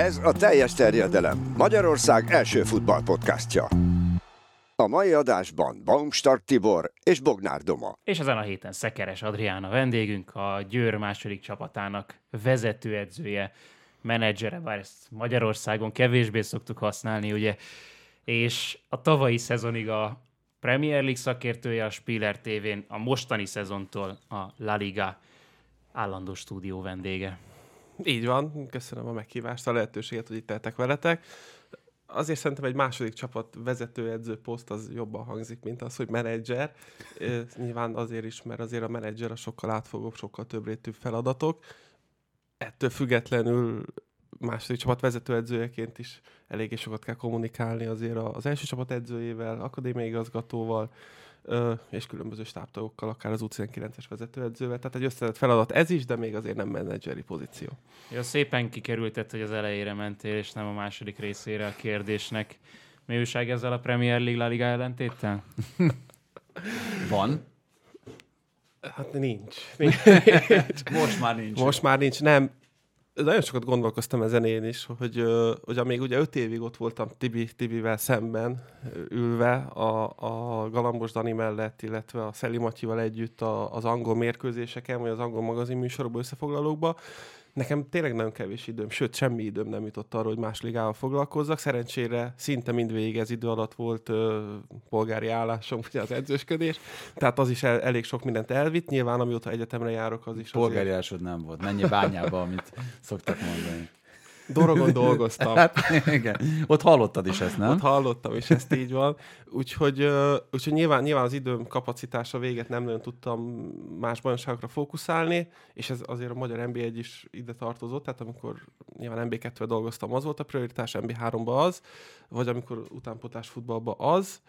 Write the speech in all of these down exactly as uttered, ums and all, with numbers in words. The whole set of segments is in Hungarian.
Ez a Teljes terjedelem, Magyarország első futballpodcastja. A mai adásban Baumstark Tibor és Bognár Doma. És ezen a héten Szekeres Adrián a vendégünk, a Győr második csapatának vezetőedzője, menedzsere, bár ezt Magyarországon kevésbé szoktuk használni, ugye, és a tavalyi szezonig a Premier League szakértője a Spiller té vén, a mostani szezontól a La Liga állandó stúdió vendége. Így van, köszönöm a meghívást, a lehetőséget, hogy itt tehetek veletek. Azért szerintem egy második csapat vezetőedző poszt az jobban hangzik, mint az, hogy menedzser. Nyilván azért is, mert azért a menedzser a sokkal átfogóbb, sokkal több rétű feladatok. Ettől függetlenül második csapat vezetőedzőjeként is eléggé sokat kell kommunikálni azért az első csapat edzőjével, akadémiai igazgatóval, és különböző stábtagokkal, akár az U tizenkilences vezetőedzővel. Tehát egy összetett feladat ez is, de még azért nem menedzseri pozíció. Ja, szépen kikerültett, hogy az elejére mentél, és nem a második részére a kérdésnek. Mi újság ezzel a Premier League La Liga ellentéttel? Van? Hát nincs. nincs. Most már nincs. Most már nincs, nem. Nagyon sokat gondolkoztam ezen én is, hogy, hogy amíg ugye öt évig ott voltam Tibi, Tibivel szemben ülve a, a Galambos Dani mellett, illetve a Szeli Matyival együtt a, az angol mérkőzéseken, vagy az angol magazinműsorokban, összefoglalókba. Nekem tényleg nagyon kevés időm, sőt, semmi időm nem jutott arra, hogy más ligával foglalkozzak. Szerencsére szinte mindvégig ez idő alatt volt ö, polgári állásom, ugye az edzősködés, tehát az is el, elég sok mindent elvitt. Nyilván, amióta egyetemre járok, az is polgári azért... állásod nem volt. Menjél Bányába, amit szoktak mondani. Dorogon dolgoztam. Hát, igen. Ott hallottad is ezt, nem? Ott hallottam, és ezt így van. Úgyhogy, úgyhogy nyilván, nyilván az időm kapacitása véget nem nagyon tudtam más bajnokságokra fókuszálni, és ez azért a magyar en bé egy is ide tartozott, tehát amikor nyilván en bé kettővel dolgoztam, az volt a prioritás, en bé háromba az, vagy amikor utánpótlás futballba az.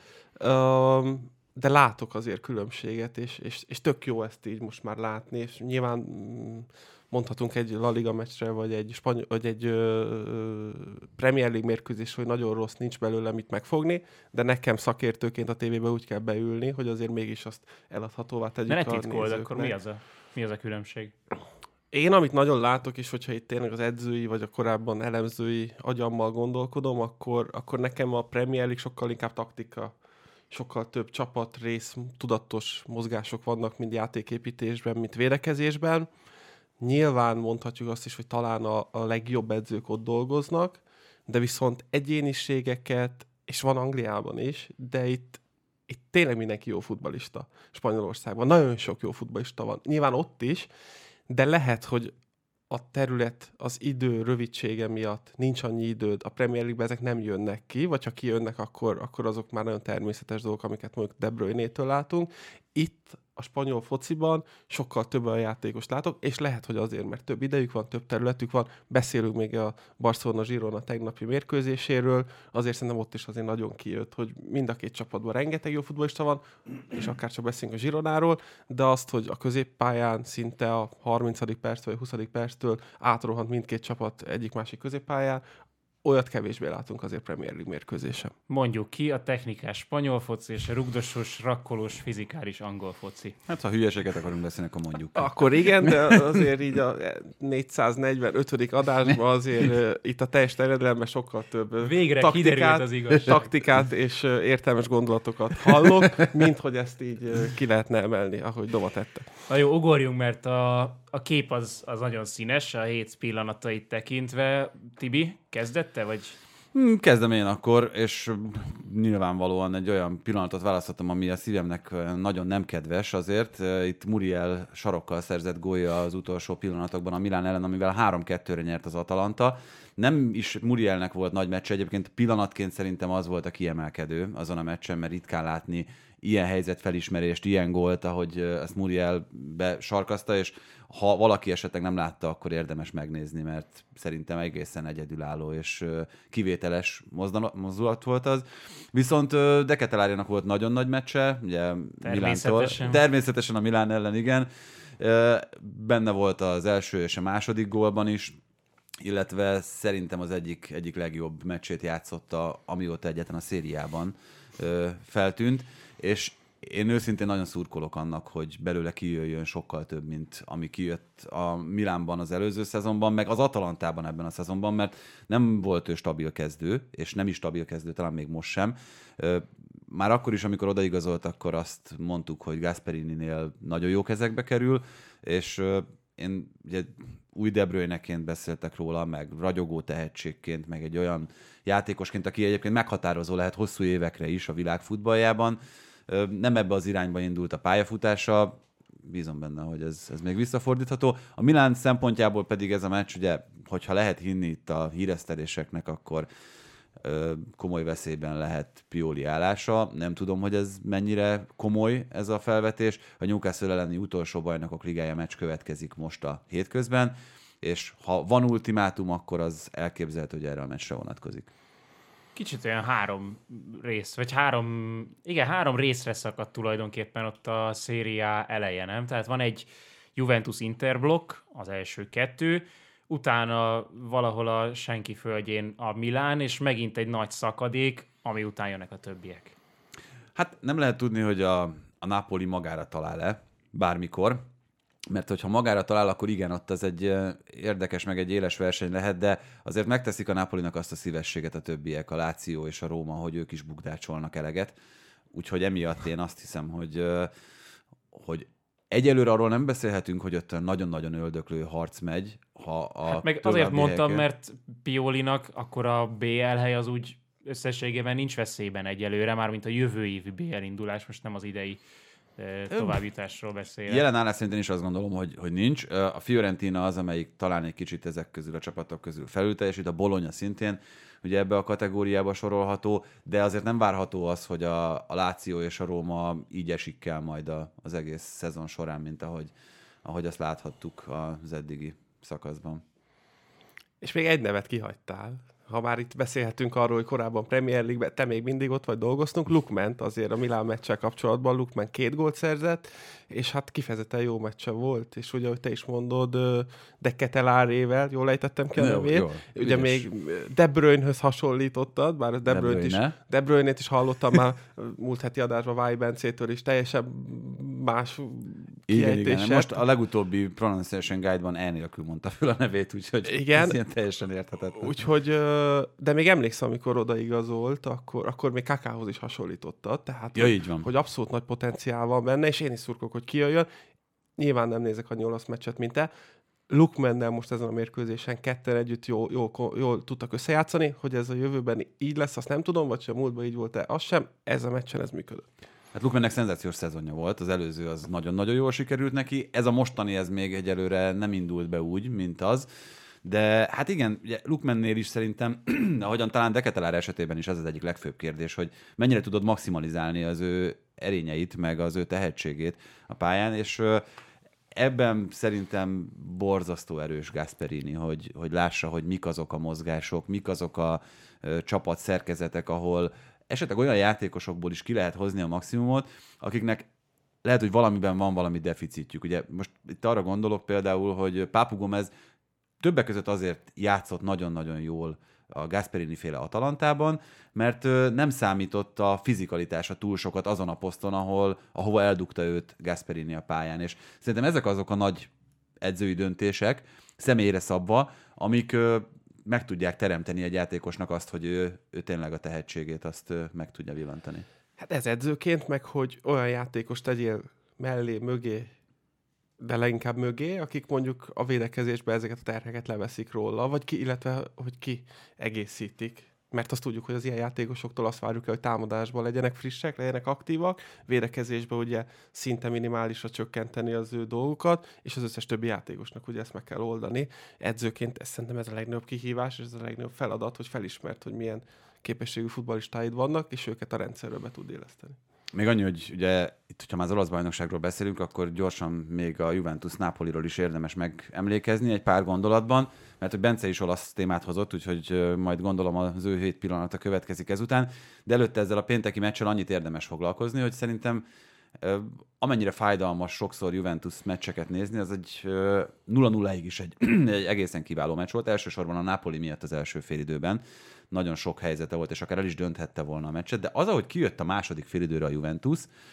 De látok azért különbséget, és, és, és tök jó ezt így most már látni, és nyilván mondhatunk egy La Liga meccsre, vagy egy, spany- vagy egy ö, ö, Premier League mérkőzés, hogy nagyon rossz, nincs belőle mit megfogni, de nekem szakértőként a tévébe úgy kell beülni, hogy azért mégis azt eladhatóvá tegyük de ne a titkold, nézőknek. akkor mi az, a, mi az a különbség? Én, amit nagyon látok, és hogyha itt tényleg az edzői, vagy a korábban elemzői agyammal gondolkodom, akkor, akkor nekem a Premier League sokkal inkább taktika, sokkal több csapat, rész, tudatos mozgások vannak, mind játéképítésben, mint védekezésben. Nyilván mondhatjuk azt is, hogy talán a, a legjobb edzők ott dolgoznak, de viszont egyéniségeket, és van Angliában is, de itt, itt tényleg mindenki jó futballista Spanyolországban. Nagyon sok jó futballista van. Nyilván ott is, de lehet, hogy a terület, az idő rövidsége miatt nincs annyi időd, a Premier League-ben ezek nem jönnek ki, vagy ha kijönnek, akkor, akkor azok már nagyon természetes dolgok, amiket mondjuk De Bruyne-től látunk. Itt a spanyol fociban sokkal több a játékos látok, és lehet, hogy azért, mert több idejük van, több területük van. Beszélünk még a Barcelona-Girona tegnapi mérkőzéséről, azért szerintem ott is azért nagyon kijött, hogy mind a két csapatban rengeteg jó futballista van, és akár csak beszélünk a Gironáról, de azt, hogy a középpályán szinte a harmincadik perc vagy huszadik perctől átrohant mindkét csapat egyik-másik középpályán, olyat kevésbé látunk azért Premier League mérkőzésen. Mondjuk ki a technikás spanyol foci és a rugdosos, rakkolós, fizikális angol foci. Hát, ha hülyeséget akarunk beszélni, akkor mondjuk. Akkor igen, de azért így a négyszáznegyvenötödik adásban azért uh, itt a teljes terjedelemben sokkal több Végre taktikát, az igazság. taktikát és uh, értelmes gondolatokat hallok, mint hogy ezt így uh, ki lehetne emelni, ahogy Doma tette. Na jó, ugorjunk, mert a, a kép az, az nagyon színes, a hét pillanatait tekintve. Tibi, kezdette, vagy... Hmm, kezdem én akkor, és nyilvánvalóan egy olyan pillanatot választottam, ami a szívemnek nagyon nem kedves azért. Itt Muriel sarokkal szerzett gólja az utolsó pillanatokban a Milán ellen, amivel három kettőre nyert az Atalanta. Nem is Murielnek volt nagy meccs, egyébként pillanatként szerintem az volt a kiemelkedő azon a meccsen, mert ritkán látni ilyen helyzetfelismerést, ilyen gólt, ahogy ezt Muriel besarkazta, és ha valaki esetleg nem látta, akkor érdemes megnézni, mert szerintem egészen egyedülálló és kivételes mozdulat volt az. Viszont De Ketelaere-nak volt nagyon nagy meccse, ugye Milántól. Természetesen a Milán ellen, igen. Benne volt az első és a második gólban is, illetve szerintem az egyik, egyik legjobb meccsét játszotta, amióta egyetlen a szériában feltűnt, és én őszintén nagyon szurkolok annak, hogy belőle kijöjjön sokkal több, mint ami kijött a Milánban az előző szezonban, meg az Atalantában ebben a szezonban, mert nem volt ő stabil kezdő, és nem is stabil kezdő, talán még most sem. Már akkor is, amikor odaigazolt, akkor azt mondtuk, hogy Gasperininél nagyon jó kezekbe kerül, és én ugye új De Bruyne-ként beszéltek róla, meg ragyogó tehetségként, meg egy olyan játékosként, aki egyébként meghatározó lehet hosszú évekre is a világ futballjában. Nem ebbe az irányba indult a pályafutása, bízom benne, hogy ez, ez még visszafordítható. A Milán szempontjából pedig ez a meccs, ugye, hogyha lehet hinni itt a híreszteléseknek, akkor ö, komoly veszélyben lehet Pioli állása. Nem tudom, hogy ez mennyire komoly ez a felvetés. A Newcastle elleni utolsó bajnokok ligája meccs következik most a hétközben, és ha van ultimátum, akkor az elképzelhető, hogy erre a meccsre vonatkozik. Kicsit olyan három rész, vagy három, igen, három részre szakadt tulajdonképpen ott a Serie A eleje, nem? Tehát van egy Juventus-Inter blokk, az első kettő, utána valahol a senki földjén a Milán, és megint egy nagy szakadék, ami után jönnek a többiek. Hát nem lehet tudni, hogy a, a Napoli magára talál-e bármikor, mert hogyha magára talál, akkor igen, ott az egy érdekes, meg egy éles verseny lehet, de azért megteszik a Napolinak azt a szívességet a többiek, a Lazio és a Róma, hogy ők is bukdácsolnak eleget. Úgyhogy emiatt én azt hiszem, hogy, hogy egyelőre arról nem beszélhetünk, hogy ott nagyon-nagyon öldöklő harc megy. Ha a hát meg azért mondtam, helyeken... mert Piolinak akkor a bé el hely az úgy összességében nincs veszélyben egyelőre, mármint a jövő évi bé el indulás, most nem az idei továbbjutásról beszélek. Jelen állás szerintem is azt gondolom, hogy, hogy nincs. A Fiorentina az, amelyik talán egy kicsit ezek közül a csapatok közül felülteljesít, a Bologna szintén ugye ebbe a kategóriába sorolható, de azért nem várható az, hogy a, a Lazio és a Róma így esik el majd a, az egész szezon során, mint ahogy, ahogy azt láthattuk az eddigi szakaszban. És még egy nevet kihagytál. Ha már itt beszélhetünk arról, hogy korábban Premier League-ben te még mindig ott vagy dolgoztunk, Lookman azért a Milán meccsel kapcsolatban, Lookman két gólt szerzett, és hát kifejezetten jó meccse volt, és ugye, ahogy te is mondod, De Ketelarével, jól ejtettem ki a nevét, ugye ügyes. Még De Bruyne-höz hasonlítottad, bár a De, De Bruyne-t is, De Bruyne-t is hallottam már múlt heti adásban Váj Bencétől is, teljesen más igen, igen. Most a legutóbbi Pronunciation Guide-ban E nélkül mondta föl a nevét, úgyhogy igen. Ez ilyen teljesen érthetetlen. Úgyhogy de még emlékszem, amikor odaigazolt, akkor, akkor még Kakához is hasonlítottad, tehát ja, így van. Hogy abszolút nagy potenciál van benne, és én is szurkolok, hogy kijöjjön. Nyilván nem nézek annyi olasz meccset, mint te. Lookmannel most ezen a mérkőzésen ketten együtt jól, jól, jól tudtak összejátszani, hogy ez a jövőben így lesz, azt nem tudom, vagy ha a múltban így volt-e, az sem, ez a meccsen ez működött. Hát Lookmannek szenzációs szezonja volt, az előző az nagyon-nagyon jól sikerült neki, ez a mostani ez még egyelőre nem indult be úgy, mint az. De hát igen, ugye Lookmannél is szerintem, ahogyan talán De Ketelaere esetében is ez az egyik legfőbb kérdés, hogy mennyire tudod maximalizálni az ő erényeit, meg az ő tehetségét a pályán, és ebben szerintem borzasztó erős Gasperini, hogy, hogy lássa, hogy mik azok a mozgások, mik azok a csapat szerkezetek, ahol esetleg olyan játékosokból is ki lehet hozni a maximumot, akiknek lehet, hogy valamiben van valami deficitjük. Ugye most itt arra gondolok például, hogy Papu Gomez többek között azért játszott nagyon-nagyon jól a Gasperini féle Atalantában, mert nem számított a fizikalitása túl sokat azon a poszton, ahol, ahova eldugta őt Gasperini a pályán. És szerintem ezek azok a nagy edzői döntések, személyre szabva, amik meg tudják teremteni egy játékosnak azt, hogy ő, ő tényleg a tehetségét azt meg tudja villantani. Hát ez edzőként, meg hogy olyan játékos tegyél mellé, mögé, de leginkább mögé, akik mondjuk a védekezésben ezeket a terheket leveszik róla, vagy ki, illetve hogy ki egészítik. Mert azt tudjuk, hogy az ilyen játékosoktól azt várjuk el, hogy támadásban legyenek frissek, legyenek aktívak, védekezésben ugye szinte minimálisra csökkenteni az ő dolgokat, és az összes többi játékosnak ugye ezt meg kell oldani. Edzőként ez szerintem ez a legnagyobb kihívás, és ez a legnagyobb feladat, hogy felismert, hogy milyen képességű futballistáid vannak, és őket a rendszerről be tud éleszteni. Még annyi, hogy ugye itt, hogyha már az olasz bajnokságról beszélünk, akkor gyorsan még a Juventus Nápoliról is érdemes megemlékezni egy pár gondolatban, mert hogy Bence is olasz témát hozott, úgyhogy majd gondolom az ő hét pillanata következik ezután, de előtte ezzel a pénteki meccsel annyit érdemes foglalkozni, hogy szerintem amennyire fájdalmas sokszor Juventus meccseket nézni, az egy nulla nulláig is egy, egy egészen kiváló meccs volt, elsősorban a Napoli miatt az első félidőben. Nagyon sok helyzete volt, és akár el is dönthette volna a meccset, de az, ahogy kijött a második félidőre a Juventus,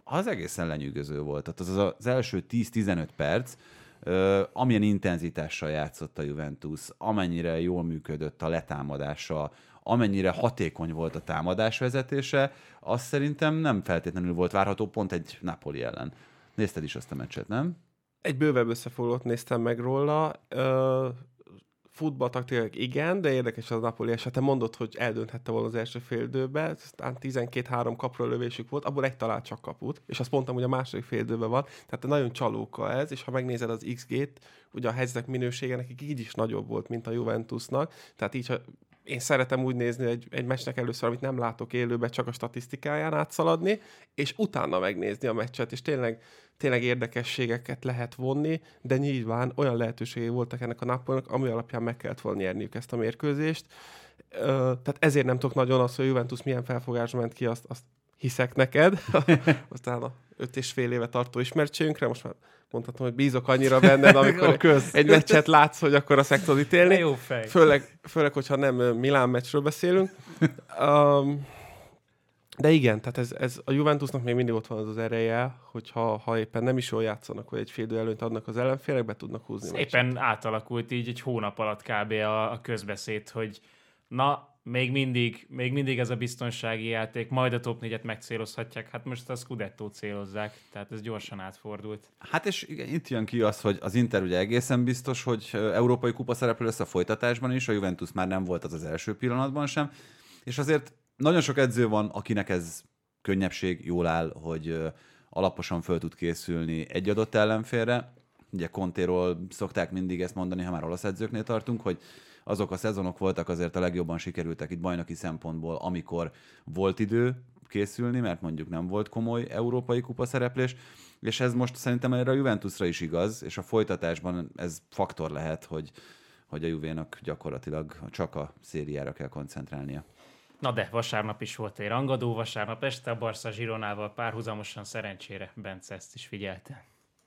az egészen lenyűgöző volt. Tehát az az első tíz-tizenöt perc, amilyen intenzitással játszott a Juventus, amennyire jól működött a letámadása, amennyire hatékony volt a támadás vezetése, az szerintem nem feltétlenül volt várható pont egy Napoli ellen. Nézted is azt a meccset, nem? Egy bővebb összefoglalót néztem meg róla. Uh, futballtaktikailag igen, de érdekes az Napoli esete. Mondod, hogy eldönthette volna az első fél időben, aztán tizenkét-három kapra lövésük volt, abból egy talált csak kaput, és azt mondtam, hogy a második fél időben van, tehát nagyon csalóka ez, és ha megnézed az iksz gét, ugye a helyzetek minősége nekik így is nagyobb volt, mint a Juventusnak, tehát így, ha én szeretem úgy nézni egy, egy meccsnek először, amit nem látok élőben, csak a statisztikáján átszaladni, és utána megnézni a meccset, és tényleg, tényleg érdekességeket lehet vonni, de nyilván olyan lehetőségei voltak ennek a Napolinak, ami alapján meg kellett volna nyerniük ezt a mérkőzést. Ö, tehát ezért nem tudok nagyon azt, hogy a Juventus milyen felfogásra ment ki, azt, azt hiszek neked. Aztán a öt és fél éve tartó ismertségünkre, most már mondhatom, hogy bízok annyira benned, amikor egy meccset látsz, hogy akkor azt meg tudod ítélni. Jó fej. Főleg, főleg, hogyha nem Milán meccsről beszélünk. Um, de igen, tehát ez, ez a Juventusnak még mindig ott van az az ereje, hogyha ha éppen nem is jól játszanak, vagy egy fél idő előnyt adnak az ellenfélek, be tudnak húzni. Szépen meccset. Átalakult így egy hónap alatt kb. a, a közbeszéd, hogy na, még mindig, még mindig ez a biztonsági játék, majd a top négyet megcélozhatják, hát most a Scudettót célozzák, tehát ez gyorsan átfordult. Hát és igen, itt jön ki az, hogy az Inter ugye egészen biztos, hogy európai kupa szereplő lesz a folytatásban is, a Juventus már nem volt az az első pillanatban sem, és azért nagyon sok edző van, akinek ez könnyebbség, jól áll, hogy alaposan föl tud készülni egy adott ellenfélre. Ugye Contéról szokták mindig ezt mondani, ha már olasz edzőknél tartunk, hogy azok a szezonok voltak azért a legjobban sikerültek itt bajnoki szempontból, amikor volt idő készülni, mert mondjuk nem volt komoly európai kupa szereplés, és ez most szerintem erre a Juventusra is igaz, és a folytatásban ez faktor lehet, hogy, hogy a Juvénak gyakorlatilag csak a szériára kell koncentrálnia. Na de, vasárnap is volt egy rangadó, vasárnap este a Barca Gironával párhuzamosan, szerencsére Bence ezt is figyelte.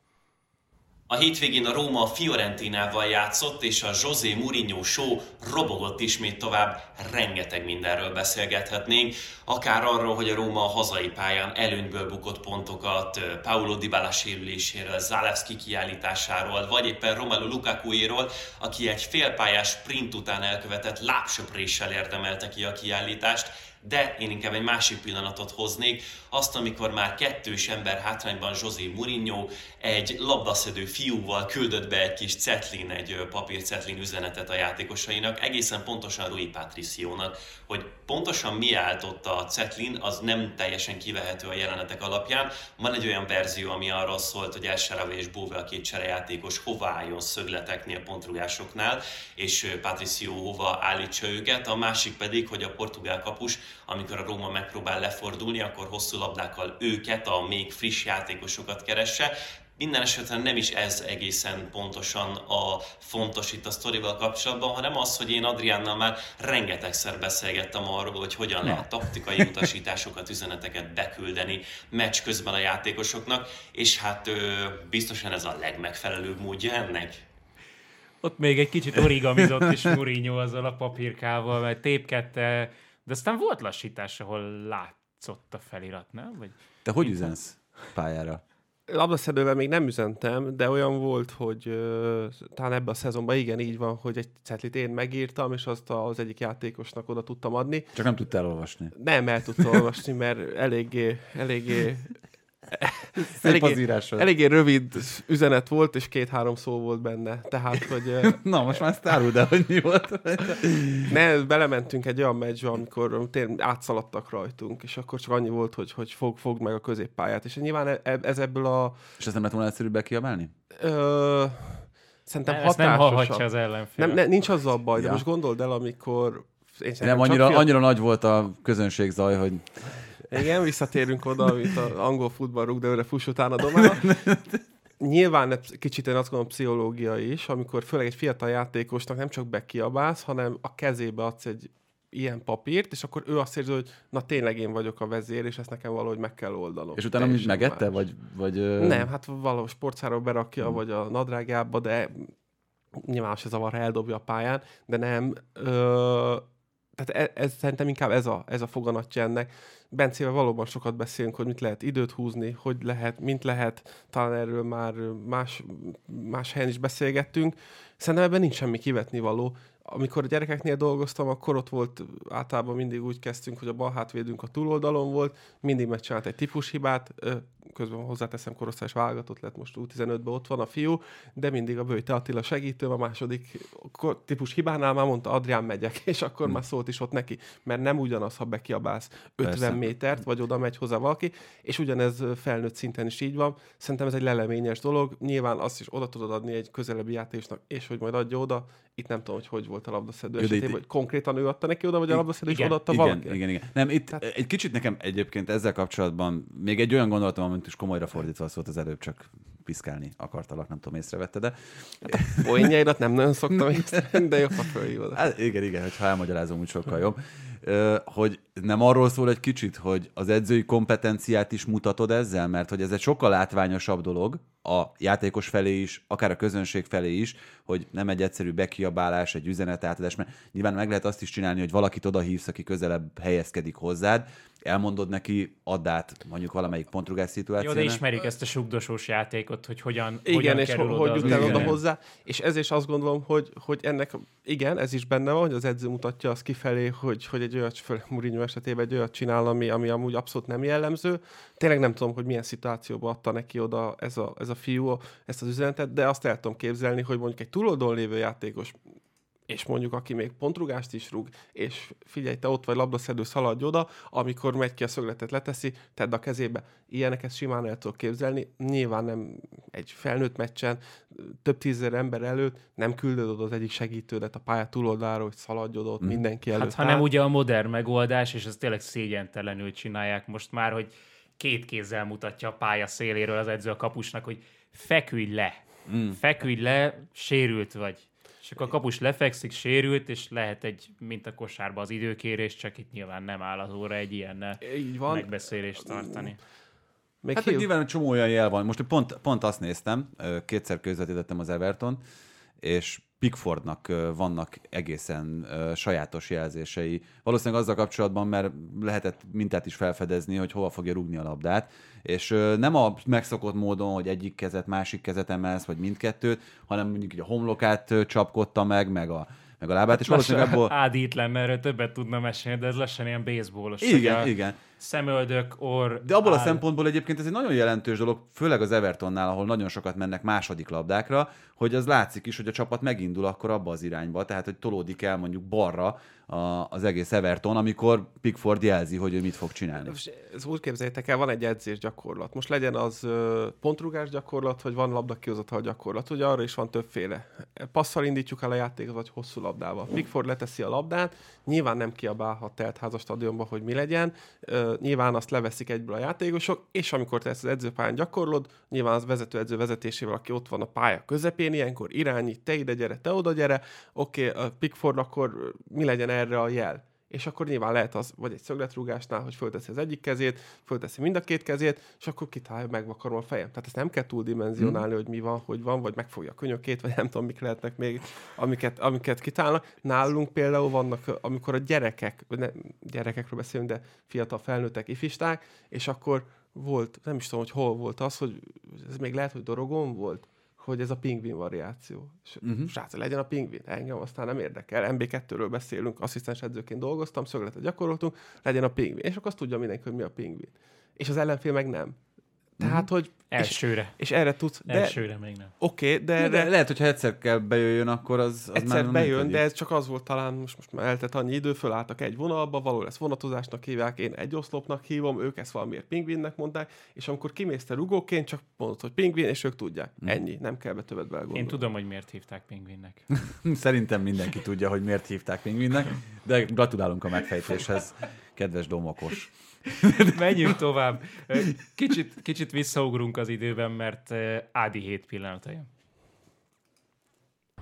A hétvégén a Róma a Fiorentinával játszott, és a José Mourinho show robogott ismét tovább. Rengeteg mindenről beszélgethetnénk, akár arról, hogy a Róma a hazai pályán előnyből bukott pontokat, Paulo Dybala sérüléséről, Zalewski kiállításáról, vagy éppen Romelu Lukakuéról, aki egy félpályás sprint után elkövetett lábsöpréssel érdemelte ki a kiállítást. De én inkább egy másik pillanatot hoznék, azt, amikor már kettős ember hátrányban José Mourinho egy labdaszedő fiúval küldött be egy kis cetlin, egy papírcetlin üzenetet a játékosainak, egészen pontosan Rui Patriciónak, hogy pontosan mi állt ott a cetlin, az nem teljesen kivehető a jelenetek alapján. Van egy olyan verzió, ami arról szólt, hogy El Shaarawy és Bove, a két cserejátékos, hova álljon szögleteknél, pontrugásoknál, és Patricio hova állítsa őket. A másik pedig, hogy a portugál kapus, amikor a Róma megpróbál lefordulni, akkor hosszú labdákkal őket, a még friss játékosokat keresse. Minden esetre nem is ez egészen pontosan a fontos itt a sztorival kapcsolatban, hanem az, hogy én Adriánnal már rengetegszer beszélgettem arról, hogy hogyan lehet taktikai utasításokat, üzeneteket beküldeni meccs közben a játékosoknak, és hát ö, biztosan ez a legmegfelelőbb módja ennek. Ott még egy kicsit origamizott is Mourinho azzal a papírkával, mert tépkedte, de aztán volt lassítás, ahol látszott a felirat, nem? Vagy... Te hogy üzensz pályára? Labdaszedővel még nem üzentem, de olyan volt, hogy uh, talán ebben a szezonban igen, így van, hogy egy cetlit én megírtam, és azt az egyik játékosnak oda tudtam adni. Csak nem tudtál olvasni. Nem el tudtam olvasni, mert eléggé, eléggé, eléggé, eléggé rövid üzenet volt, és két-három szó volt benne. Tehát, hogy... Na, most már ezt áruld el, hogy mi volt. Ne, belementünk egy olyan meccsbe, amikor tényleg átszaladtak rajtunk, és akkor csak annyi volt, hogy, hogy fog, fogd meg a középpályát. És nyilván ez ebből a... És ezt nem lett volna egyszerűbb bekiabálni? Ö... Szerintem ne, hatásosabb. Nem hallhatja az ellenfél. Nem, ne, nincs azzal baj, ja. De Ja. most gondold el, amikor... Én nem, annyira, fiat... annyira nagy volt a közönségzaj, hogy... Igen, visszatérünk oda, amit az angol futball rúg, de őre fuss utána domál. Nyilván kicsit én azt gondolom pszichológia is, amikor főleg egy fiatal játékosnak nem csak bekiabálsz, hanem a kezébe adsz egy ilyen papírt, és akkor ő azt érzi, hogy na tényleg én vagyok a vezér, és ezt nekem valahogy meg kell oldanom. És utána mi megette? Vagy, vagy, nem, hát valahogy sportszáról berakja, hmm. vagy a nadrágjába, de nyilván se zavar, ha eldobja a pályán, de nem... Ö... tehát ez, szerintem inkább ez a, ez a foganatja ennek. Bencével valóban sokat beszélünk, hogy mit lehet időt húzni, hogy lehet, mint lehet, talán erről már más, más helyen is beszélgettünk. Szerintem ebben nincs semmi kivetnivaló. Amikor a gyerekeknél dolgoztam, akkor ott volt, általában mindig úgy kezdtünk, hogy a bal hátvédünk a túloldalon volt, mindig megcsinált egy típushibát, közben hozzáteszem, korosztályos válogatott lett, most U tizenötben ott van a fiú, de mindig a Böjte Attila segítőm, a második típus hibánál már mondta, Adrián, megyek, és akkor hmm. már szólt is ott neki, mert nem ugyanaz, ha bekiabálsz ötven Persze. métert, vagy oda megy hozzá valaki, és ugyanez felnőtt szinten is így van. Szerintem ez egy leleményes dolog, nyilván azt is oda tudod adni egy közelebbi játékosnak, és hogy majd adja oda. Itt nem tudom, hogy hogy volt a labdaszedő Jö, esetében, hogy konkrétan ő adta neki oda, vagy a labdaszedő is odaadta valaki. Igen, igen, igen. Nem, itt hát... egy kicsit nekem egyébként ezzel kapcsolatban még egy olyan gondolatom, amit is komolyra fordítva szólt az előbb, csak piszkálni akartalak, nem tudom, észrevette, de... Hát a poénjaidat nem nagyon szoktam észrevenni, de jobb, ha fölhívod. Hát igen, igen, hogyha elmagyarázom, úgy sokkal jobb. Hogy nem arról szól egy kicsit, hogy az edzői kompetenciát is mutatod ezzel, mert hogy ez egy sokkal látványosabb dolog a játékos felé is, akár a közönség felé is, hogy nem egy egyszerű bekiabálás, egy üzenetátadás, mert nyilván meg lehet azt is csinálni, hogy valakit odahívsz, aki közelebb helyezkedik hozzád, elmondod neki, add át mondjuk valamelyik pontrugás szituációnak. Jó, de ismerik ezt a sugdosós játékot, hogy hogyan, igen, hogyan és kerül hogy oda. jut el oda hozzá. És ezért is azt gondolom, hogy, hogy ennek, igen, ez is benne van, hogy az edző mutatja azt kifelé, hogy, hogy egy olyat, Mourinho esetében egy olyat csinál, ami, ami amúgy abszolút nem jellemző. Tényleg nem tudom, hogy milyen szituációban adta neki oda ez a, ez a fiú ezt az üzenetet, de azt el tudom képzelni, hogy mondjuk egy túloldalon lévő játékos, és mondjuk aki még pontrugást is rúg, és figyelj, te ott vagy labdaszedő, szaladj oda, amikor megy ki a szögletet leteszi, tedd a kezébe. Ilyeneket simán el tudok képzelni. Nyilván nem egy felnőtt meccsen, több tízezer ember előtt nem küldöd oda az egyik segítődet a pálya túloldalára, hogy szaladj oda ott mm. mindenki előtt. Hát hanem hát... ugye a modern megoldás, és ez tényleg szégyentelenül csinálják most már, hogy két kézzel mutatja a pálya széléről az edző a kapusnak, hogy feküdj le. Mm. Feküdj le, sérült vagy. És akkor a kapus lefekszik, sérült, és lehet egy, mint a kosárba az időkérés, csak itt nyilván nem áll az óra egy ilyennel megbeszélést tartani. Még hát nyilván csomó olyan jel van. Most pont, pont azt néztem, kétszer közvetítettem az Everton, és Pickfordnak vannak egészen sajátos jelzései. Valószínűleg azzal kapcsolatban, mert lehetett mintát is felfedezni, hogy hova fogja rúgni a labdát, és nem a megszokott módon, hogy egyik kezet, másik kezet emelsz, vagy mindkettőt, hanem mondjuk így a homlokát csapkodta meg, meg a, meg a lábát, hát és valószínűleg abból... Ádi itt lenne, erről többet tudna mesélni, de ez lassan ilyen baseballos. Igen, igen. Szemöldök, orr, De abból áll... a szempontból egyébként ez egy nagyon jelentős dolog, főleg az Evertonnál, ahol nagyon sokat mennek második labdákra, hogy az látszik is, hogy a csapat megindul akkor abba az irányba, tehát hogy tolódik el mondjuk balra a, az egész Everton, amikor Pickford jelzi, hogy ő mit fog csinálni. Ez úgy képzeljétek el, van egy edzés gyakorlat. Most legyen az uh, pontrugás gyakorlat, vagy van labdakihozatal gyakorlat. Ugye arra is van többféle. Passzal indítjuk el a játékot, vagy hosszú labdával. Pickford leteszi a labdát, nyilván nem kiabálhat teltház stadionba, hogy mi legyen. Uh, nyilván azt leveszik egyből a játékosok, és amikor te ezt az edzőpályán gyakorlod, nyilván az vezetőedző vezetésével, aki ott van a pálya közepén, ilyenkor irányít, te ide gyere, te oda gyere, oké, okay, a Pickford, akkor mi legyen erre a jel? És akkor nyilván lehet az, vagy egy szögletrúgásnál, hogy fölteszi az egyik kezét, fölteszi mind a két kezét, és akkor kitálja, megvakarom a fejem. Tehát ezt nem kell túldimenzionálni, mm. hogy mi van, hogy van, vagy megfogja a könyökét, vagy nem tudom, mik lehetnek még, amiket, amiket kitálnak. Nálunk például vannak, amikor a gyerekek, ne, gyerekekről beszélünk, de fiatal felnőttek, ifisták, és akkor volt, nem is tudom, hogy hol volt az, hogy ez még lehet, hogy Dorogon volt, hogy ez a pingvin variáció. És uh-huh. srác, legyen a pingvin. Engem aztán nem érdekel. em bé kettőről beszélünk, asszisztens edzőként dolgoztam, szögletet gyakoroltunk, legyen a pingvin. És akkor azt tudja mindenki, hogy mi a pingvin. És az ellenfél meg nem. Tehát, uh-huh. hogy... Elsőre. És, és erre tudsz... De, Elsőre még nem. Oké, okay, de, de... de... Lehet, hogyha egyszer kell bejöjjön, akkor az, az egyszer már bejön, de ez csak az volt talán, most, most már eltett annyi idő, fölálltak egy vonalba, való lesz vonatozásnak hívják, én egy oszlopnak hívom, ők ezt valamiért pingvinnek mondták, és amikor kimész te rugóként, csak mondod, hogy pingvin, és ők tudják. Mm. Ennyi, nem kell be többet belegondolni. Én tudom, hogy miért hívták pingvinnek. Szerintem mindenki tudja, hogy miért hívták pingvinnek, de gratulálunk a megfejtéshez, kedves domokos. Menjünk tovább. Kicsit, kicsit visszaugrunk az időben, mert Ádi hét pillanata jön.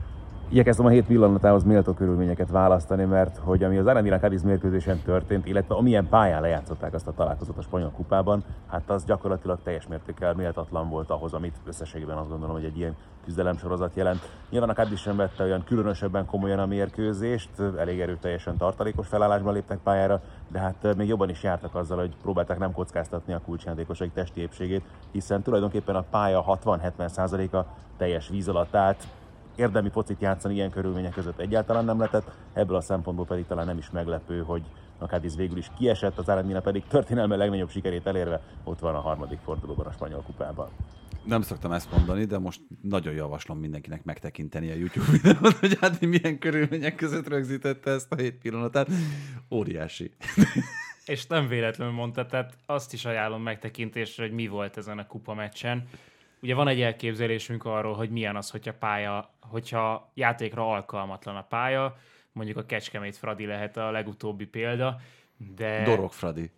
Igyekeztem a hét pillanatához méltó körülményeket választani, mert hogy ami az Arandina Cádiz mérkőzésen történt, illetve amilyen pályán lejátszották azt a találkozót a spanyol kupában, hát az gyakorlatilag teljes mértékkel méltatlan volt ahhoz, amit összességében azt gondolom, hogy egy ilyen küzdelemsorozat jelent. Nyilván a Cádiz sem vette olyan különösebben komolyan a mérkőzést, elég erőteljesen tartalékos felállásban léptek pályára, de hát még jobban is jártak azzal, hogy próbálták nem kockáztatni a kulcsjátékosaik testi épségét, hiszen tulajdonképpen a pálya hatvan-hetven százaléka teljes víz alatt állt. Érdemi focit játszani ilyen körülmények között egyáltalán nem lehetett, ebből a szempontból pedig talán nem is meglepő, hogy a Cádiz végül is kiesett, az Arandina pedig történelme legnagyobb sikerét elérve ott van a harmadik fordulóban a spanyol kupában. Nem szoktam ezt mondani, de most nagyon javaslom mindenkinek megtekinteni a YouTube videót, hogy hát milyen körülmények között rögzítette ezt a hét pillanatát. Óriási. És nem véletlenül mondta, tehát azt is ajánlom megtekintésre, hogy mi volt ezen a kupa meccsen. Ugye van egy elképzelésünk arról, hogy milyen az, hogyha pálya, hogyha játékra alkalmatlan a pálya, mondjuk a Kecskemét Fradi lehet a legutóbbi példa, de... Dorog Fradi.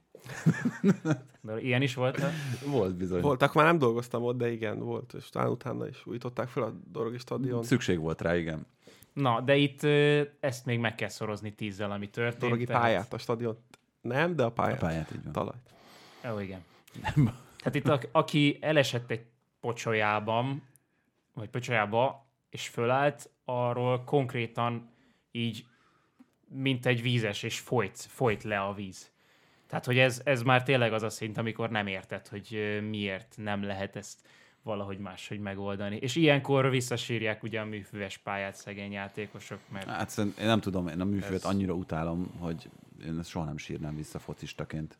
De ilyen is volt? Volt bizony. Voltak, már nem dolgoztam ott, de igen, volt, és talán utána is újították fel a Dorogi stadion. Szükség volt rá, igen. Na, de itt ezt még meg kell szorozni tízzel, ami történt. Dorogi tehát... pályát, a stadion nem, de a pályát. A pályát, így van. Talajt. Ó, igen. Tehát itt a, aki elesett egy pocsolyában, vagy pocsolyába, és fölállt, arról konkrétan így, mint egy vízes, és folyt, folyt le a víz. Tehát, hogy ez, ez már tényleg az a szint, amikor nem érted, hogy miért nem lehet ezt valahogy máshogy megoldani. És ilyenkor visszasírják ugye a műfüves pályát szegény játékosok, mert... Hát én nem tudom, én a műfüvet ez... annyira utálom, hogy én ezt soha nem sírnám vissza focistaként.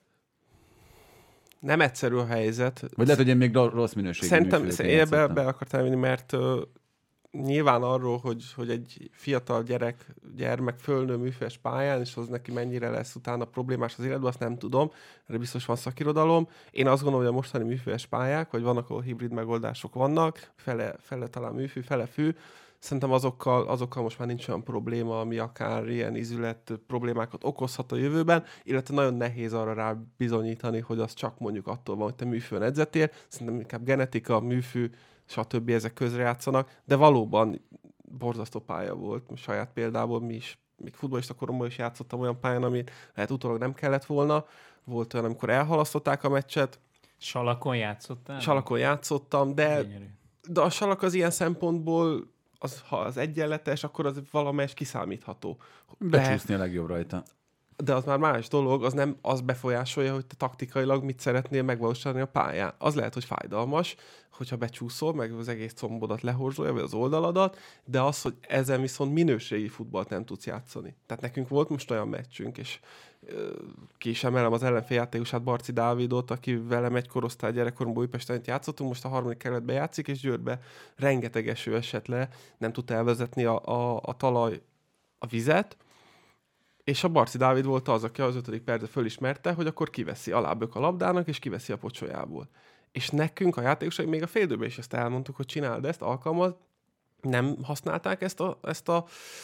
Nem egyszerű a helyzet. Vagy lehet, hogy én még rossz minőségű Szerintem műfőt be, be akartam vinni, mert uh, nyilván arról, hogy, hogy egy fiatal gyerek, gyermek fölnő műfős pályán, és az neki mennyire lesz utána problémás az életben, azt nem tudom. Erre biztos van szakirodalom. Én azt gondolom, hogy a mostani műfős pályák, vagy vannak, ahol hibrid megoldások vannak, fele, fele talán műfű, fele fű, szerintem azokkal, azokkal most már nincs olyan probléma, ami akár ilyen ízület problémákat okozhat a jövőben, illetve nagyon nehéz arra rá bizonyítani, hogy az csak mondjuk attól van, hogy te műfőn edzettél. Szerintem inkább genetika, műfű, stb. Ezek közrejátszanak, de valóban borzasztó pálya volt. Saját példából mi is, még futballista koromban is játszottam olyan pályán, amit lehet utólag nem kellett volna. Volt olyan, amikor elhalasztották a meccset. Salakon játszottál? Salakon játszottam, de, de a salak az ilyen szempontból az, ha az egyenletes, akkor az valamelyes kiszámítható. Becsúszni a legjobb rajta. De az már más dolog, az nem az befolyásolja, hogy te taktikailag mit szeretnél megvalósítani a pályán. Az lehet, hogy fájdalmas, hogyha becsúszol, meg az egész combodat lehorzsolja, vagy az oldaladat, de az, hogy ezen viszont minőségi futballt nem tudsz játszani. Tehát nekünk volt most olyan meccsünk, és ö, ki is emelem az ellenfél játékosát, Barci Dávidot, aki velem egy korosztály gyerekkoromban Újpesten játszottunk, most a harmadik kerületben játszik, és Győrbe rengeteg eső esett le, nem tudta elvezetni a, a, a talaj a vizet, és a Barci Dávid volt az, aki az ötödik percben fölismerte, hogy akkor kiveszi alábbök a labdának, és kiveszi a pocsolyából. És nekünk a játékosok még a fél időben is ezt elmondtuk, hogy csináld ezt, alkalmaz, nem használták ezt a, ezt a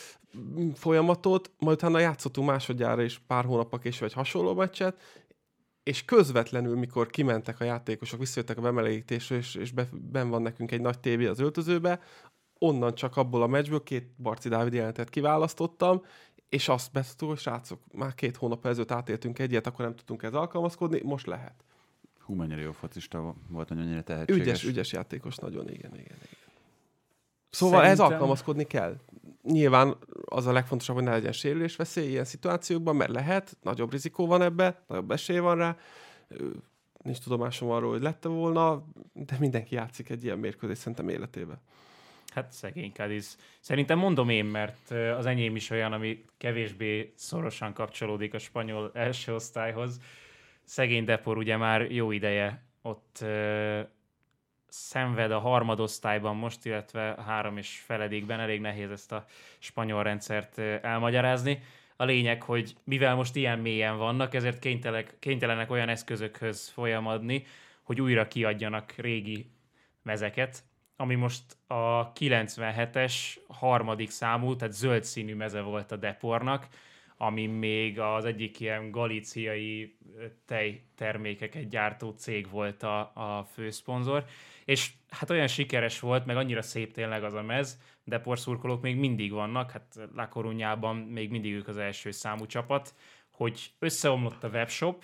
folyamatot, majd utána játszottunk másodjára is pár hónappal később egy hasonló meccset, és közvetlenül, mikor kimentek a játékosok, visszajöttek a bemelegítésre, és, és be, benn van nekünk egy nagy tévé az öltözőbe, onnan csak abból a meccsből két Barci Dávid jelentet kiválasztottam, és azt beszéltük, hogy srácok, már két hónap ezelőtt átéltünk egyet, akkor nem tudtunk ez alkalmazkodni, most lehet. Hú, mennyire jó focista volt, nagyon ennyire tehetséges. Ügyes, ügyes játékos, nagyon, igen, igen, igen. Szóval Szerintem... ez alkalmazkodni kell. Nyilván az a legfontosabb, hogy ne legyen sérülésveszély ilyen szituációkban, mert lehet, nagyobb rizikó van ebbe, nagyobb esély van rá. Nincs tudomásom arról, hogy lette volna, de mindenki játszik egy ilyen mérkőzés szerintem életébe. Hát szegény Cádiz. Szerintem mondom én, mert az enyém is olyan, ami kevésbé szorosan kapcsolódik a spanyol első osztályhoz. Szegény Depor ugye már jó ideje ott uh, szenved a harmadosztályban most, illetve a három és feledikben. Elég nehéz ezt a spanyol rendszert uh, elmagyarázni. A lényeg, hogy mivel most ilyen mélyen vannak, ezért kénytelenek, kénytelenek olyan eszközökhöz folyamodni, hogy újra kiadjanak régi mezeket, ami most a kilencvenhetes harmadik számú, tehát zöld színű meze volt a Depornak, ami még az egyik ilyen galíciai tejtermékeket gyártó cég volt a, a főszponzor, és hát olyan sikeres volt, meg annyira szép tényleg az a mez, Depor szurkolók még mindig vannak, hát La Coruñában még mindig ők az első számú csapat, hogy összeomlott a webshop,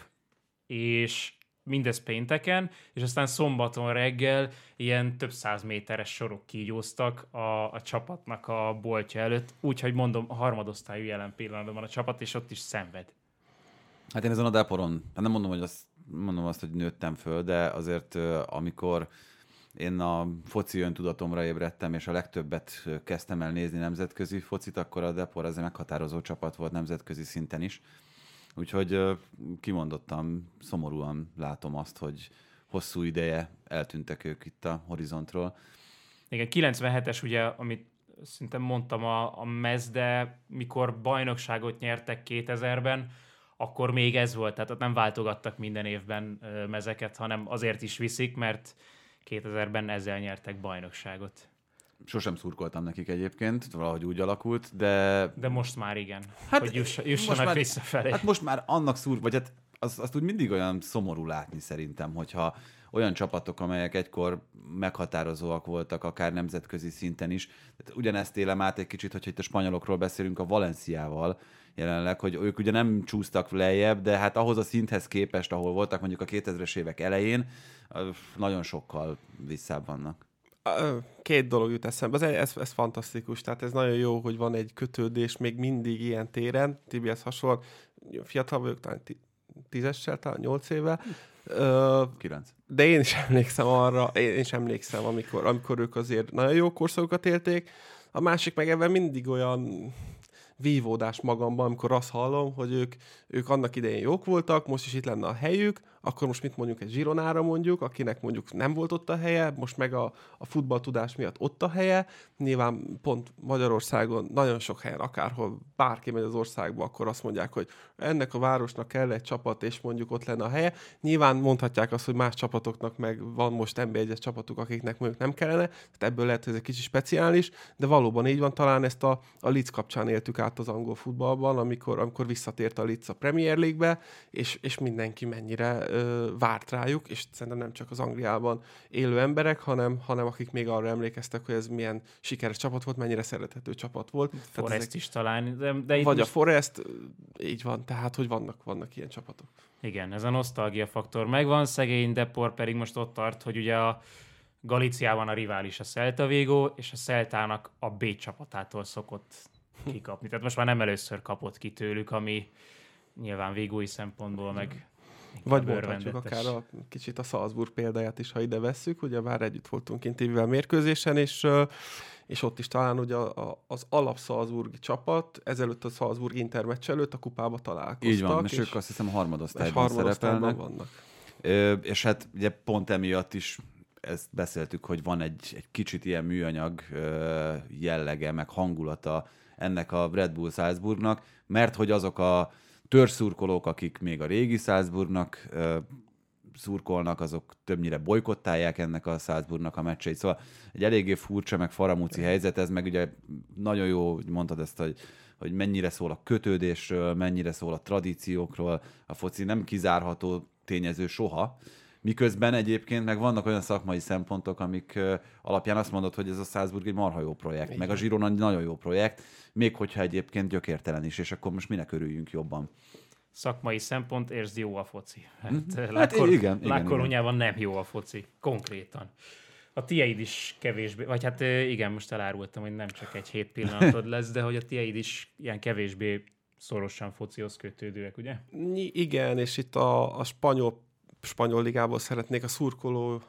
és mindez pénteken, és aztán szombaton reggel ilyen több száz méteres sorok kígyóztak a, a csapatnak a boltja előtt, úgyhogy mondom, a harmadosztályú jelen pillanatban van a csapat, és ott is szenved. Hát én ezen a Deporon, hát nem mondom, hogy azt, mondom azt, hogy nőttem föl, de azért amikor én a foci öntudatomra ébredtem, és a legtöbbet kezdtem el nézni nemzetközi focit, akkor a Depor az egy meghatározó csapat volt nemzetközi szinten is. Úgyhogy kimondottan, szomorúan látom azt, hogy hosszú ideje eltűntek ők itt a horizontról. Igen, kilencvenhetes ugye, amit szinte mondtam a, a mez, de mikor bajnokságot nyertek kétezerben, akkor még ez volt, tehát ott nem váltogattak minden évben mezeket, hanem azért is viszik, mert kétezerben ezzel nyertek bajnokságot. Sosem szurkoltam nekik egyébként, valahogy úgy alakult, de... De most már igen, hát, hogy juss, jussanak visszafelé. Hát most már annak szurk, vagy hát azt, azt úgy mindig olyan szomorú látni szerintem, hogyha olyan csapatok, amelyek egykor meghatározóak voltak, akár nemzetközi szinten is. Tehát ugyanezt élem át egy kicsit, hogyha itt a spanyolokról beszélünk a Valenciával jelenleg, hogy ők ugye nem csúsztak lejjebb, de hát ahhoz a szinthez képest, ahol voltak mondjuk a kétezres évek elején, nagyon sokkal visszább vannak. Két dolog jut eszembe. Ez, ez, ez fantasztikus. Tehát ez nagyon jó, hogy van egy kötődés még mindig ilyen téren. Tibihez hasonlóan. Fiatal vagyok, talán tízessel, talán nyolc éve. Kilenc. De én is emlékszem arra, én is emlékszem, amikor, amikor ők azért nagyon jó korszakokat élték. A másik meg ebben mindig olyan vívódás magamban, amikor azt hallom, hogy ők, ők annak idején jók voltak, most is itt lenne a helyük, akkor most mit mondjuk egy Zsironára mondjuk, akinek mondjuk nem volt ott a helye, most meg a, a futballtudás miatt ott a helye. Nyilván pont Magyarországon nagyon sok helyen, akárhol bárki megy az országba, akkor azt mondják, hogy ennek a városnak kell egy csapat, és mondjuk ott lenne a helye. Nyilván mondhatják azt, hogy más csapatoknak meg van most en bé egyes csapatuk, akiknek mondjuk nem kellene, tehát ebből lehet, hogy ez egy kicsit speciális, de valóban így van, talán ezt a, a Leeds kapcsán éltük át az angol futballban, amikor, amikor visszatért a Leeds a Premier League-be, és, és mindenki mennyire ö, várt rájuk, és szerintem nem csak az Angliában élő emberek, hanem, hanem akik még arra emlékeztek, hogy ez milyen sikeres csapat volt, mennyire szerethető csapat volt. Forest ezek... is talán. De, de vagy most... a Forest, így van, tehát, hogy vannak, vannak ilyen csapatok. Igen, ez a nosztalgia faktor megvan, szegény Depor pedig most ott tart, hogy ugye a Galíciában a rivális a Celta Vigo, és a Celtának a B csapatától szokott kikapni. Tehát most már nem először kapott ki tőlük, ami nyilván vigói szempontból meg vagy mondhatjuk akár a kicsit a Salzburg példáját is, ha ide vesszük, ugye már együtt voltunk kint évvel mérkőzésen, és, és ott is talán ugye az alap Salzburgi csapat ezelőtt a Salzburg Inter meccs előtt a kupába találkoztak. Így van, és, és ők azt hiszem a harmadosztályban szerepelnek. Vannak. Ö, és hát ugye pont emiatt is ezt beszéltük, hogy van egy, egy kicsit ilyen műanyag ö, jellege, meg hangulata ennek a Red Bull Salzburgnak, mert hogy azok a törzszurkolók, akik még a régi Salzburgnak ö, szurkolnak, azok többnyire bolykottálják ennek a Salzburgnak a meccseit. Szóval egy eléggé furcsa, meg faramúci helyzet, ez meg ugye nagyon jó, hogy mondtad ezt, hogy, hogy mennyire szól a kötődésről, mennyire szól a tradíciókról, a foci nem kizárható tényező soha, miközben egyébként meg vannak olyan szakmai szempontok, amik uh, alapján azt mondod, hogy ez a Salzburg egy marha jó projekt, igen, meg a Girona egy nagyon jó projekt, még hogyha egyébként gyökértelen is, és akkor most minek örüljünk jobban. Szakmai szempont, értsd, jó a foci. Hát, mm-hmm. hát Lákor, igen, igen, Lákoronyában nem jó a foci, konkrétan. A tieid is kevésbé, vagy hát igen, most elárultam, hogy nem csak egy hét pillanatod lesz, de hogy a tieid is ilyen kevésbé szorosan focihoz kötődőek, ugye? Igen, és itt a, a spanyol spanyol ligából szeretnék a szurkoló,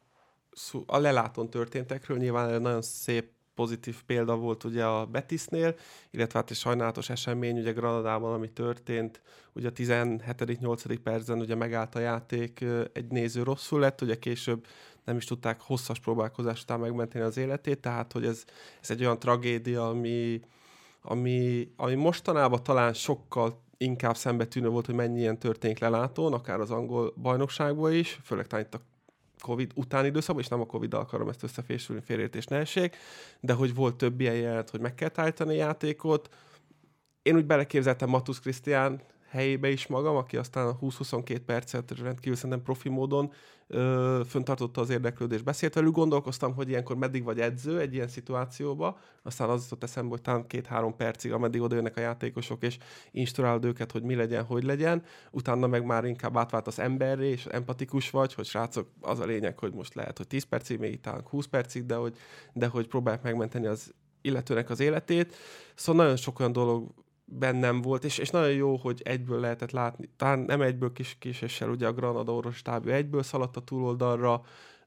a lelátón történtekről. Nyilván nagyon szép, pozitív példa volt ugye a Betisnél, illetve hát egy sajnálatos esemény ugye Granadában, ami történt. Ugye a tizenhetedik nyolcadik percben ugye megállt a játék, egy néző rosszul lett, ugye később nem is tudták hosszas próbálkozás után megmenteni az életét, tehát hogy ez, ez egy olyan tragédia, ami, ami, ami mostanában talán sokkal inkább szembetűnő volt, hogy mennyi ilyen történik lelátón, akár az angol bajnokságban is, főleg talán itt a Covid utáni időszakban, és nem a Covid-dal akarom ezt összefésülni, félreértés ne essék, de hogy volt több ilyen jelent, hogy meg kell állítani a játékot, Én úgy beleképzeltem Matusz Krisztián helyébe is magam, aki aztán a húsz-huszonkettő percet rendkívül szerintem profi módon ö, föntartotta az érdeklődést. Beszélt velük, gondolkoztam, hogy ilyenkor meddig vagy edző egy ilyen szituációba, aztán az jutott eszembe, hogy talán két-három percig, ameddig oda jönnek a játékosok, és instruálod őket, hogy mi legyen, hogy legyen. Utána meg már inkább átvált az emberré, és empatikus vagy, hogy srácok, az a lényeg, hogy most lehet, hogy tíz percig, még talán húsz percig, de hogy, de hogy próbálják megmenteni az illetőnek az életét. Szóval nagyon sok olyan dolog bennem volt, és, és nagyon jó, hogy egyből lehetett látni. Talán nem egyből kis késéssel, ugye a Granada orvos stábja egyből szaladt a túloldalra.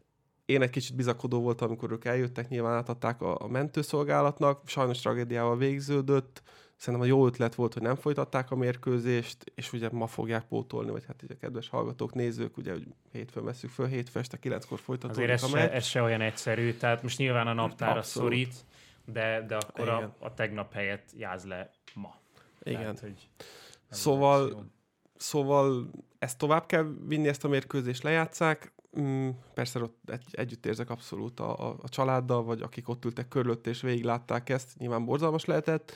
Én egy kicsit bizakodó voltam, amikor ők eljöttek, nyilván átadták a, a mentőszolgálatnak. Sajnos tragédiával végződött. Szerintem a jó ötlet volt, hogy nem folytatták a mérkőzést, és ugye ma fogják pótolni, vagy hát ugye kedves hallgatók, nézők, ugye, hogy hétfőn veszük föl, hétfő este kilenckor folytatódik azért ez a se, meccs. ez se olyan egyszerű, tehát most nyilván a naptára Abszolút. szorít, de, de akkor a, Igen. a tegnap helyett jáz le ma. Igen. Tehát, hogy Szóval, szóval ezt tovább kell vinni, ezt a mérkőzést lejátszák. Mm, persze ott egy, együtt érzek abszolút a, a, a családdal, vagy akik ott ültek körülött és végiglátták ezt, nyilván borzalmas lehetett.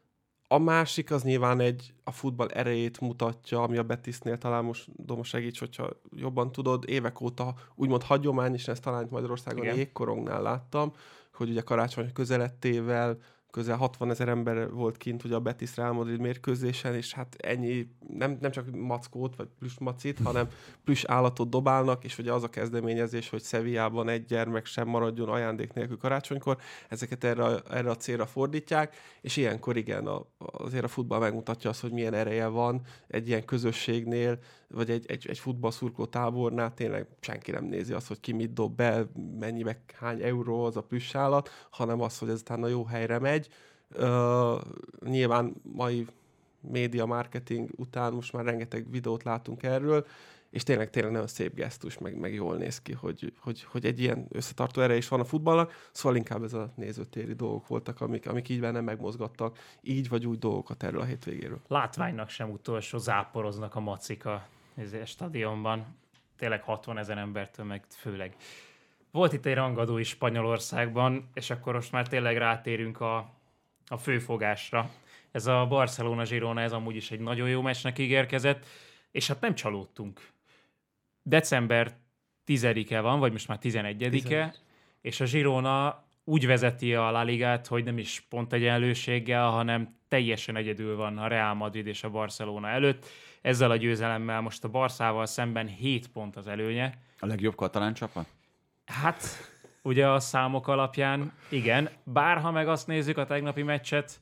A másik az nyilván egy a futball erejét mutatja, ami a Betisnél talán most Doma segíts, hogyha jobban tudod, évek óta úgymond hagyomány, és ezt talán Magyarországon Igen. jégkorongnál láttam, hogy ugye karácsony közelettével közel hatvanezer ember volt kint ugye a Betis Real Madrid mérkőzésen, és hát ennyi, nem, nem csak mackót, vagy plusz macit, hanem plusz állatot dobálnak, és ugye az a kezdeményezés, hogy Sevillában egy gyermek sem maradjon ajándék nélkül karácsonykor, ezeket erre, erre a célra fordítják, és ilyenkor igen, a, azért a futball megmutatja azt, hogy milyen ereje van egy ilyen közösségnél, vagy egy, egy, egy futballszurkoló tábornál, tényleg senki nem nézi azt, hogy ki mit dob be, mennyibe, hány euró az a plusz állat, hanem az, hogy ezután a jó helyre megy. Uh, nyilván mai média marketing után most már rengeteg videót látunk erről, és tényleg, tényleg nagyon szép gesztus, meg, meg jól néz ki, hogy, hogy, hogy egy ilyen összetartó ereje is van a futballnak, szóval inkább ez a nézőtéri dolgok voltak, amik, amik így nem megmozgattak, így vagy úgy dolgokat erről a hétvégéről. Látványnak sem utolsó záporoznak a macik a stadionban. Tényleg hatvanezer embertől, meg főleg. Volt itt egy rangadó is Spanyolországban, és akkor most már tényleg rátérünk a, a főfogásra. Ez a Barcelona-Girona, ez amúgy is egy nagyon jó meccsnek ígérkezett, és hát nem csalódtunk. December tizedike van, vagy most már tizenegyedike, tizenegy. és a Girona úgy vezeti a La Ligát, hogy nem is pont egyenlőséggel, hanem teljesen egyedül van a Real Madrid és a Barcelona előtt. Ezzel a győzelemmel most a Barszával szemben hét pont az előnye. A legjobb katalán csapat? Hát, ugye a számok alapján igen, bár ha meg azt nézzük a tegnapi meccset,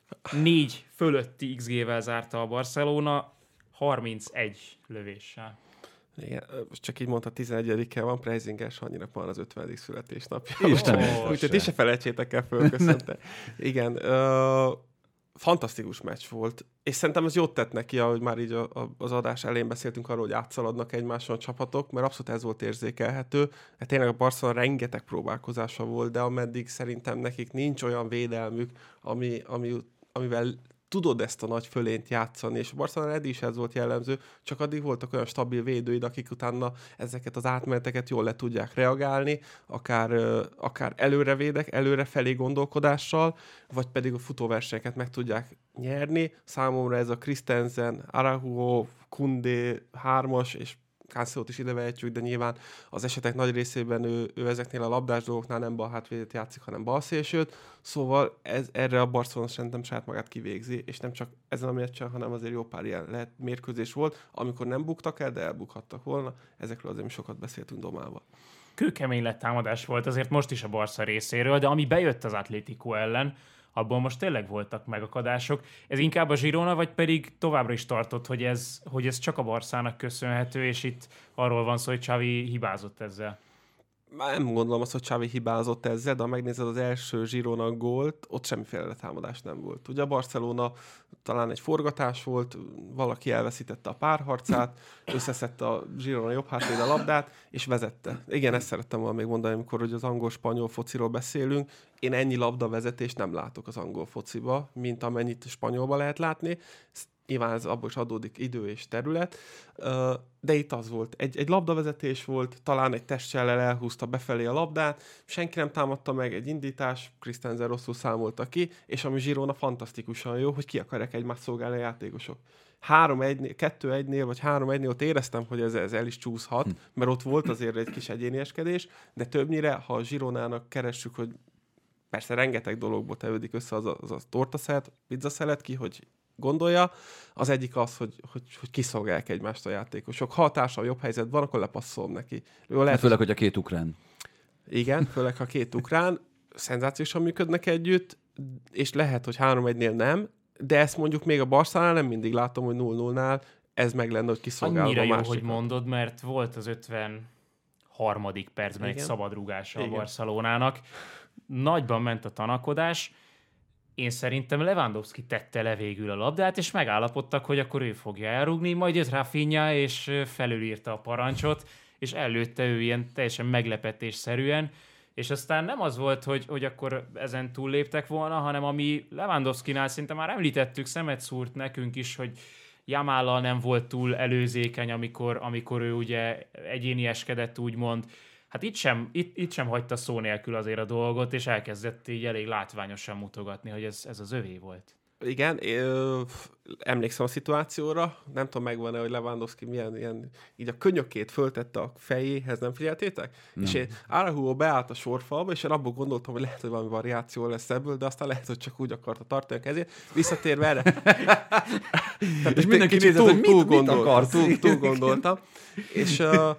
négy fölötti iksz gé-vel zárta a Barcelona, harmincegy lövéssel. Igen, most csak így mondta, tizenegyedike van, Preisinger Sanyinak van az ötvenedik születésnapja. Istenem. Ó, Úgyhogy ti se felejtsétek el fölköszönte. Igen, uh, fantasztikus meccs volt, és szerintem ez jót tett neki, ahogy már így a, a, az adás elején beszéltünk arról, hogy átszaladnak egymáson a csapatok, mert abszolút ez volt érzékelhető. Hát tényleg a Barcelona rengeteg próbálkozása volt, de ameddig szerintem nekik nincs olyan védelmük, ami, ami, amivel tudod ezt a nagy fölényt játszani, és a Barcelona eddig is ez volt jellemző, csak addig voltak olyan stabil védőid, akik utána ezeket az átmeneteket jól le tudják reagálni, akár, akár előrevédek, előre felé gondolkodással, vagy pedig a futóversenyeket meg tudják nyerni. Számomra ez a Christensen, Araujo, Koundé hármas, és Cancelót is ide vehetjük, de nyilván az esetek nagy részében ő, ő ezeknél a labdás dolgoknál nem bal hátvédet játszik, hanem bal szélsőt. Szóval ez, erre a Barcelona szerintem saját magát kivégzi, és nem csak ezen a meccsen, hanem azért jó pár ilyen lehet mérkőzés volt, amikor nem buktak el, de elbukhattak volna. Ezekről azért mi sokat beszéltünk Domával. Kőkemény lett támadás volt azért most is a Barca részéről, de ami bejött az Atlético ellen, abból most tényleg voltak megakadások. Ez inkább a Girona, vagy pedig továbbra is tartott, hogy ez, hogy ez csak a Barszának köszönhető, és itt arról van szó, hogy Xavi hibázott ezzel? Már nem gondolom azt, hogy Xavi hibázott ezzel, de ha megnézed az első Girona gólt, ott semmiféle letámadás nem volt. Ugye a Barcelona talán egy forgatás volt, valaki elveszítette a párharcát, összeszedte a Girona jobb hátvéd a labdát, és vezette. Igen, ezt szerettem volna még mondani, amikor hogy az angol-spanyol fociról beszélünk. Én ennyi labdavezetést nem látok az angol fociba, mint amennyit a spanyolba lehet látni. nyilván ez abból is adódik idő és terület, de itt az volt. Egy, egy labdavezetés volt, talán egy testcsellel elhúzta befelé a labdát, senki nem támadta meg, egy indítás, Christensen rosszul számolta ki, és ami Girona fantasztikusan jó, hogy ki akarják egymást szolgálni a játékosok. három egy, kettő egynél, vagy három egynél ott éreztem, hogy ez, ez el is csúszhat, hm. mert ott volt azért egy kis egyénieskedés, de többnyire, ha a Gironának keressük, hogy persze rengeteg dologból tevődik össze az a, az a tortaszelet, pizzaszelet ki, hogy gondolja. Az egyik az, hogy, hogy, hogy kiszolgálják egymást a játékosok. Ha a társam jobb helyzetben van, akkor lepasszolom neki. Jó, lehet, főleg, hogy a két ukrán. Igen, főleg, ha két ukrán szenzációsan működnek együtt, és lehet, hogy három egynél nem, de ezt mondjuk még a Barszánál nem mindig látom, hogy nulla nullnál ez meg lenne, hogy kiszolgálom a másikat. Annyira jó, hogy mondod, mert volt az ötvenharmadik percben igen. egy szabadrúgása a Barcelonának. Nagyban ment a tanakodás. Én szerintem Lewandowski tette le végül a labdát, és megállapodtak, hogy akkor ő fogja elrúgni, majd jött Rafinha, és felülírta a parancsot, és előtte ő ilyen teljesen meglepetésszerűen, és aztán nem az volt, hogy, hogy akkor ezen túlléptek volna, hanem ami Lewandowskinál szinte már említettük, szemet szúrt nekünk is, hogy Yamállal nem volt túl előzékeny, amikor, amikor ő ugye egyénieskedett, úgymond. Hát itt sem, itt, itt sem hagyta szó nélkül azért a dolgot, és elkezdett így elég látványosan mutogatni, hogy ez, ez az övé volt. Igen, ö, emlékszem a szituációra, nem tudom megvan-e, hogy Lewandowski milyen ilyen, így a könyökét föltette a fejéhez, nem figyeltétek? Nem. És én Araujo beállt a sorfalba, és én abból gondoltam, hogy lehet, hogy valami variáció lesz ebből, de aztán lehet, hogy csak úgy akarta tartani a kezét. Visszatérve erre. Tehát és mindenki nézett, túl, hogy mit, túl, mit gondoltam, akarsz? Túl, túl gondoltam. És uh,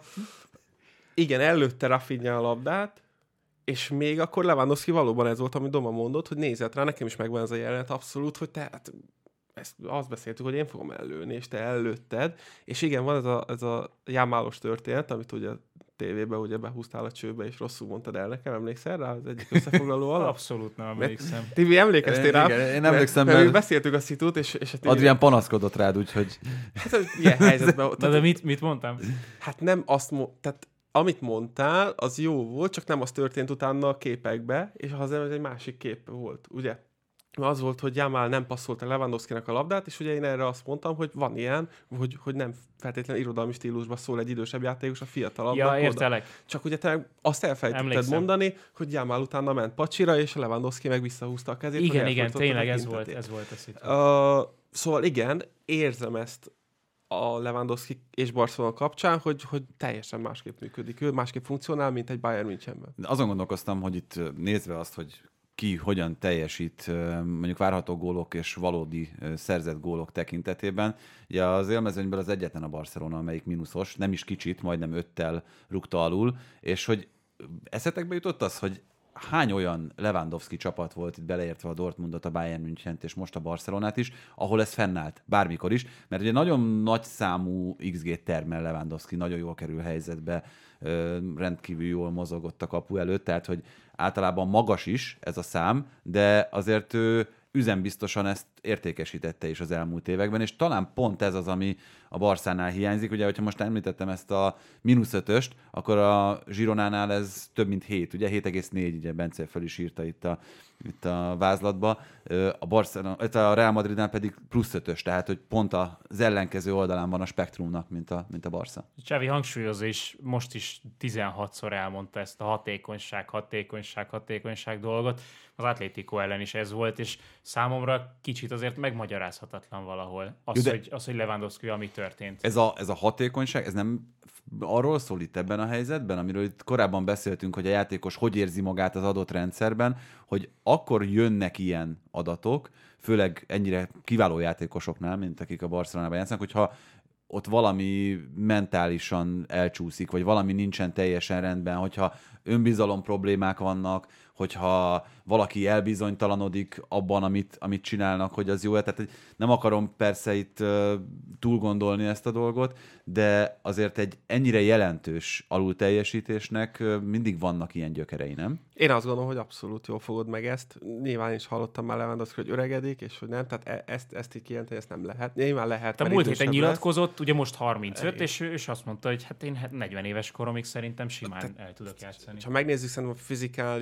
igen, előtte Rafinha a labdát, és még akkor Lewandowski valóban ez volt, amit Doma mondott, hogy nézett rá, nekem is megvan ez a jelenet abszolút, hogy te, hát, ezt azt beszéltük, hogy én fogom ellőni, és te ellőtted, és igen, van ez a, ez a jámálos történet, amit ugye a tévében ugye behúztál a csőbe, és rosszul mondtad el nekem, emlékszel rá az egyik összefoglaló alatt? Abszolút nem emlékszem. Tibi, emlékeztél rá? Igen, én emlékszem, mert, mert, mert beszéltük a szitút, és, és a Tibi... Adrián panaszkodott rád, úgyhogy... Hát, ilyen helyzetben... De, de mit, mit mondtam? Hát nem azt mo- tehát amit mondtál, az jó volt, csak nem az történt utána a képekbe, és az egy másik kép volt, ugye? Az volt, hogy Yamal nem passzolta Lewandowskinak a labdát, és ugye én erre azt mondtam, hogy van ilyen, hogy, hogy nem feltétlenül irodalmi stílusban szól egy idősebb játékos a fiatalabbnak. Ja, értelek. Oda. Csak ugye te azt elfelejtetted Emlékszem. mondani, hogy Yamal utána ment pacsira, és a Lewandowski meg visszahúzta a kezét. Igen, igen, tényleg ez volt, ez volt a szituáció. Uh, szóval igen, érzem ezt a Lewandowski és Barcelona kapcsán, hogy, hogy teljesen másképp működik ő, másképp funkcionál, mint egy Bayern Münchenben. Azon gondolkoztam, hogy itt nézve azt, hogy ki hogyan teljesít mondjuk várható gólok és valódi szerzett gólok tekintetében. Ugye az élmezőnyből az egyetlen a Barcelona, amelyik mínuszos, nem is kicsit, majdnem öttel rúgta alul, és hogy eszetekbe jutott az, hogy hány olyan Lewandowski csapat volt itt beleértve a Dortmundot, a Bayern Münchent és most a Barcelonát is, ahol ez fennállt, bármikor is, mert ugye nagyon nagy számú iksz gé-t termel Lewandowski, nagyon jól kerül helyzetbe, rendkívül jól mozogott a kapu előtt, tehát hogy általában magas is ez a szám, de azért ő üzembiztosan ezt értékesítette is az elmúlt években, és talán pont ez az, ami a Barszánál hiányzik. Ugye, hogyha most említettem ezt a mínusz ötöst, akkor a Gironánál ez több mint hét, ugye hét egész négy, ugye Bence fel is írta itt a, itt a vázlatba. A, Barcelona, a Real Madridnál pedig plusz ötös, tehát hogy pont az ellenkező oldalán van a spektrumnak, mint a, mint a Barca. Csávi hangsúlyozza is, most is tizenhatszor elmondta ezt a hatékonyság, hatékonyság, hatékonyság dolgot. Az Atlético ellen is ez volt, és számomra kicsit azért megmagyarázhatatlan valahol az, De... hogy, az hogy Lewandowski, ami történt. Ez a, ez a hatékonyság, ez nem arról szól itt ebben a helyzetben, amiről itt korábban beszéltünk, hogy a játékos hogy érzi magát az adott rendszerben, hogy akkor jönnek ilyen adatok, főleg ennyire kiváló játékosoknál, mint akik a Barcelonában játszanak, hogyha ott valami mentálisan elcsúszik, vagy valami nincsen teljesen rendben, hogyha önbizalom problémák vannak, hogyha valaki elbizonytalanodik abban, amit, amit csinálnak, hogy az jó. Tehát nem akarom persze itt uh, túl gondolni ezt a dolgot, de azért egy ennyire jelentős alulteljesítésnek uh, mindig vannak ilyen gyökerei, nem? Én azt gondolom, hogy abszolút jól fogod meg ezt. Nyilván is hallottam már Lewandowski, hogy öregedik, és hogy nem, tehát e- ezt, ezt így kijelenteni, ezt nem lehet. Nyilván lehet. Te múlt héten nyilatkozott, lesz. Ugye most harmincöt, és, és azt mondta, hogy hát én negyven éves koromig szerintem simán tehát, el tudok játszani. Ha megnézzük szerintem a fizikális állapot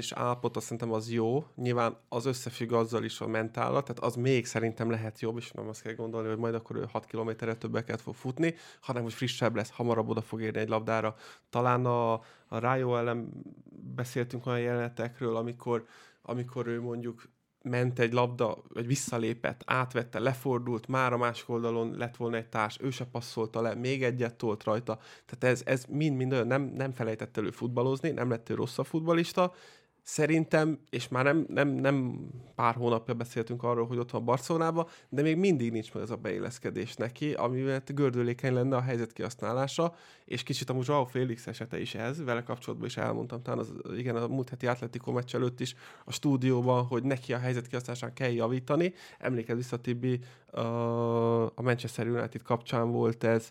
állapota szerintem az jó, nyilván az összefügg azzal is a mentálat, tehát az még szerintem lehet jobb, és nem azt kell gondolni, hogy majd akkor ő hat kilométerre többeket fog futni, hanem hogy frissebb lesz, hamarabb oda fog érni egy labdára. Talán a, a Rayo ellen beszéltünk olyan jelenetekről, amikor, amikor ő mondjuk ment egy labda, vagy visszalépett, átvette, lefordult, már a másik oldalon lett volna egy társ, ő se passzolta le, még egyet tolt rajta. Tehát ez, ez mind-mind olyan, nem, nem felejtett elő futballozni, nem lett ő rossz a futballista. Szerintem, és már nem, nem, nem pár hónapja beszéltünk arról, hogy ott van Barcelonában, de még mindig nincs meg ez a beilleszkedés neki, amivel gördülékeny lenne a helyzet kihasználása, és kicsit amúgy Joao Félix esete is ez, vele kapcsolatban is elmondtam, talán az, igen, a múlt heti Atletico meccs előtt is a stúdióban, hogy neki a helyzet kihasználásán kell javítani. Emlékezz vissza, Tibi, a Manchester United kapcsán volt ez,